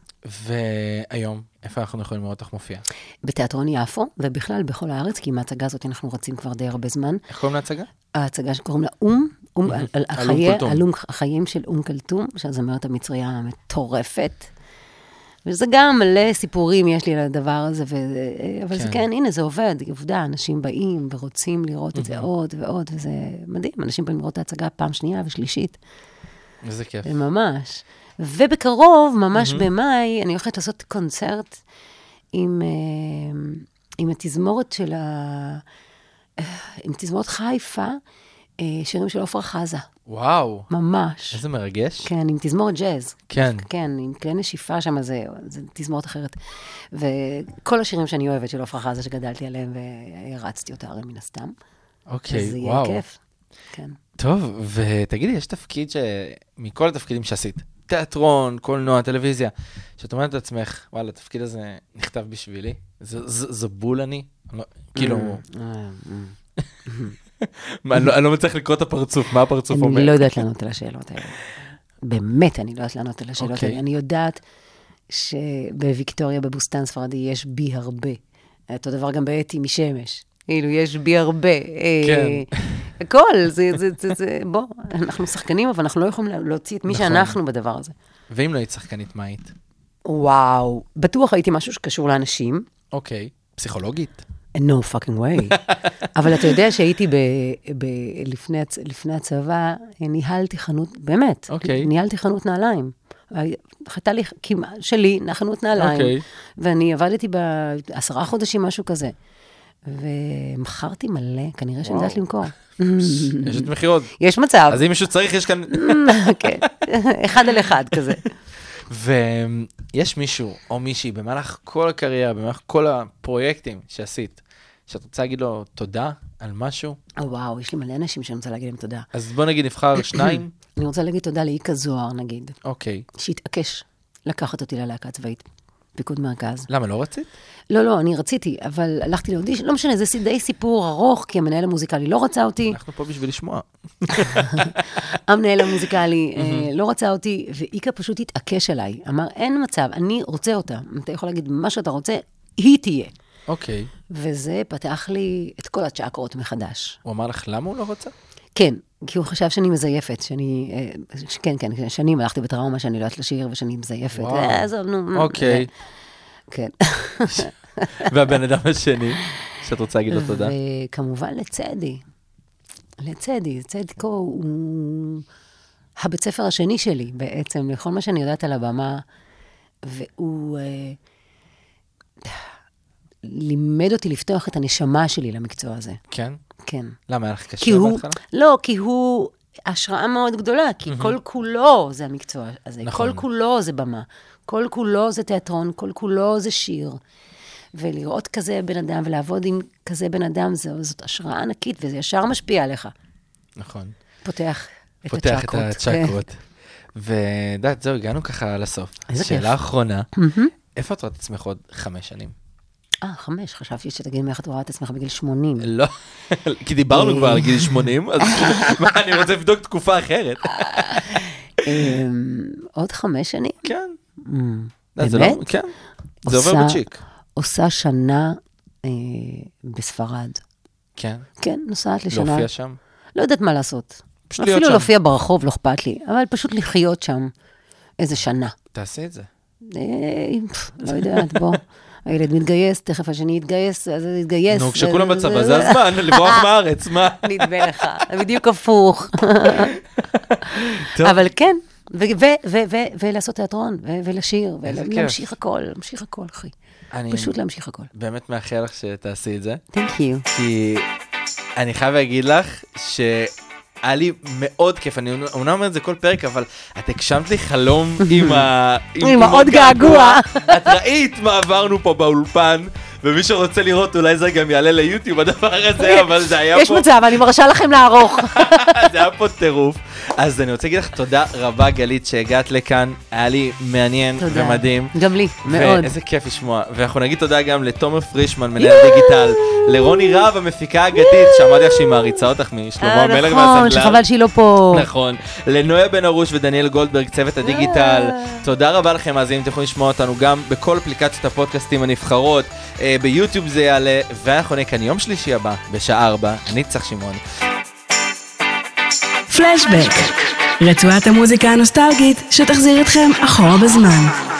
והיום, איפה אנחנו יכולים לראות אותך מופיע? בתיאטרון יפו, ובכלל בכל הארץ, כי עם ההצגה הזאת אנחנו רצים כבר די הרבה זמן. איך קוראים להצגה? ההצגה שקוראים לה אום, אום, על- על על החיי- אום כולתום. על אום- החיים של אום כולתום, שהזמרת המצריה המטורפת. וזה גם מלא סיפורים יש לי על הדבר הזה, ו... אבל כן. זה כן, הנה, זה עובד, עובדה, אנשים באים ורוצים לראות את זה עוד ועוד, וזה מדהים, אנשים באים לראות את ההצגה פעם שנייה ושלישית, איזה כיף. ממש. ובקרוב, ממש במאי, אני הולכת לעשות קונצרט עם, אה, עם התזמורת של ה... אה, עם תזמורת חיפה, אה, שירים של עופרה חזה, וואו, ממש. איזה מרגש. כן, עם תזמורת ג'אז. כן. כן, עם כלי נשיפה שם, זה, זה תזמורת אחרת. וכל השירים שאני אוהבת של עופרה חזה, שגדלתי עליהם, והרצתי אותה הרי מן הסתם. אוקיי, אז זה יהיה וואו. כיף. כן. טוב, ותגידי, יש תפקיד ש... מכל התפקידים שעשית, תיאטרון, קולנוע, טלוויזיה, שאת אומרת לעצמך, וואלה, התפקיד הזה נכתב בשבילי, זה- זה זה בול אני? אני לא- כאילו, אה, אה. מה, אני לא- אני לא מצליח לקרוא את הפרצוף, מה הפרצוף אומר? אני לא יודעת לענות על השאלות האלה. באמת, אני לא יודעת לענות על השאלות אוקיי. האלה. אני יודעת שבוויקטוריה, בבוסטן ספרדי, יש בי הרבה. אותו דבר גם באתי משמש. כאילו, יש בי הרבה. אה, כן. הכל, זה, זה, זה, זה, בוא, אנחנו שחקנים, אבל אנחנו לא יכולים להוציא את מי נכון. שאנחנו בדבר הזה. ואם לא היית שחקנית, מה היית? וואו, בטוח הייתי משהו שקשור לאנשים. אוקיי, פסיכולוגית. No fucking way. אבל אתה יודע שהייתי ב, ב, לפני, הצ, לפני הצבא, ניהלתי חנות, באמת, אוקיי. ניהלתי חנות נעליים. הייתה לי כמעט שלי, חנות נעליים. אוקיי. ואני עבדתי בעשרה חודשים, משהו כזה. ומכרתי מלא, כנראה שאני יודעת למכור. יש את מחירות. יש מצב. אז אם מישהו צריך, יש כאן... כן, אחד על אחד כזה. ויש מישהו או מישהי במהלך כל הקריירה, במהלך כל הפרויקטים שעשית, שאת רוצה להגיד לו תודה על משהו? או, וואו, יש לי מלא אנשים שאני רוצה להגיד להם תודה. אז בוא נגיד נבחר שניים. אני רוצה להגיד תודה לאיקה זוהר, נגיד, אוקיי. שהתעקש לקחת אותי ללהקה הצבאית. פיקוד מרכז. למה, לא רצית? לא, לא, אני רציתי, אבל הלכתי לאודישן, לא משנה, זה די סיפור ארוך, כי המנהל המוזיקלי לא רצה אותי. אנחנו פה בשביל לשמוע. המנהל המוזיקלי לא רצה אותי, ואיקה פשוט התעקש עליי. אמר, אין מצב, אני רוצה אותה. אתה יכול להגיד, מה שאתה רוצה, היא תהיה. אוקיי. וזה פתח לי את כל הצ'קרות מחדש. הוא אמר לך, למה הוא לא רצה? כן, כי הוא חשב שאני מזייפת, שאני, כן, כן, שנים הלכתי בטראומה שאני לא יודעת לשיר, ושאני מזייפת. וואו. אוקיי. כן. והבן אדם השני, שאת רוצה להגיד לו תודה? וכמובן לצדי. לצדי. צדקו הוא הבית ספר השני שלי בעצם, לכל מה שאני יודעת על הבמה, והוא לימד אותי לפתוח את הנשמה שלי למקצוע הזה. כן? כן. למה, היה לך קשה בהתחלה? לא, כי הוא השראה מאוד גדולה, כי כל כולו זה המקצוע הזה. כל כולו זה במה. כל כולו זה תיאטרון, כל כולו זה שיר. ולראות כזה בן אדם, ולעבוד עם כזה בן אדם, זאת השראה ענקית, וזה ישר משפיע עליך. נכון. פותח את פותח הצ'קרות. את הצ'קרות. ודעת, זהו, הגענו ככה לסוף. איזה כיף. שאלה אחרונה, איפה את רואה את עצמך עוד חמש שנים? אה, חמש, חשבתי שתגיד מאיך את רואה את עצמך בגיל שמונים. לא, כי דיברנו כבר על גיל שמונים, אז אני רוצה לבדוק תקופה אחרת. עוד חמש שנים? כן. באמת? כן, זה עובר בצ'יק. עושה שנה בספרד. כן? כן, נוסעת לשנה. להופיע שם? לא יודעת מה לעשות. פשוט להיות שם. אפילו להופיע ברחוב, לא אכפת לי, אבל פשוט לחיות שם איזה שנה. תעשי את זה. לא יודעת, בוא. הילד מתגייס, תכף השני יתגייס, אז הוא יתגייס. נו, כשכולם בצבא, זה הזמן, לברוח מארץ, מה? נדמה לך, בדיוק הפוך. אבל כן, ולעשות תיאטרון, ולשיר, ולהמשיך הכל, להמשיך הכל, אחי. פשוט להמשיך הכל. באמת מאחל לך שתעשי את זה. Thank you. כי אני חייב להגיד לך ש... היה לי מאוד כיף, אני אומנם אומר את זה כל פרק, אבל את הגשמת לי חלום עם ה... עם העוד געגוע. את ראית מה עברנו פה באולפן, ומי שרוצה לראות אולי זה גם יעלה ליוטיוב, הדבר הזה, אבל זה היה פה... יש מצב, אני מרשה לכם לערוך. זה היה פה טירוף. אז אני רוצה להגיד לך תודה רבה, גלית, שהגעת לכאן, היה לי מעניין ומדהים. גם לי, מאוד. ואיזה כיף לשמוע. ואנחנו נגיד תודה גם לתומר פרישמן, מנהל דיגיטל, לרוני רב, המפיקה האגדית, שאמרתי לך שהיא מעריצה אותך משלמה המלך והסנדלר. נכון, שחבל שהיא לא פה. נכון. לנויה בן ארוש ודניאל גולדברג, צוות הדיגיטל. תודה רבה לכם, אז אם תוכלו לשמוע אותנו גם בכל אפליקציות הפודקאסטים הנבחרות, ביוטיוב זה יעלה, ואנחנו נהיה כאן יום שלישי הבא, בשעה ארבע. אני צח שמעון. פלשבק, רצועת המוזיקה הנוסטלגית שתחזיר אתכם אחורה בזמן.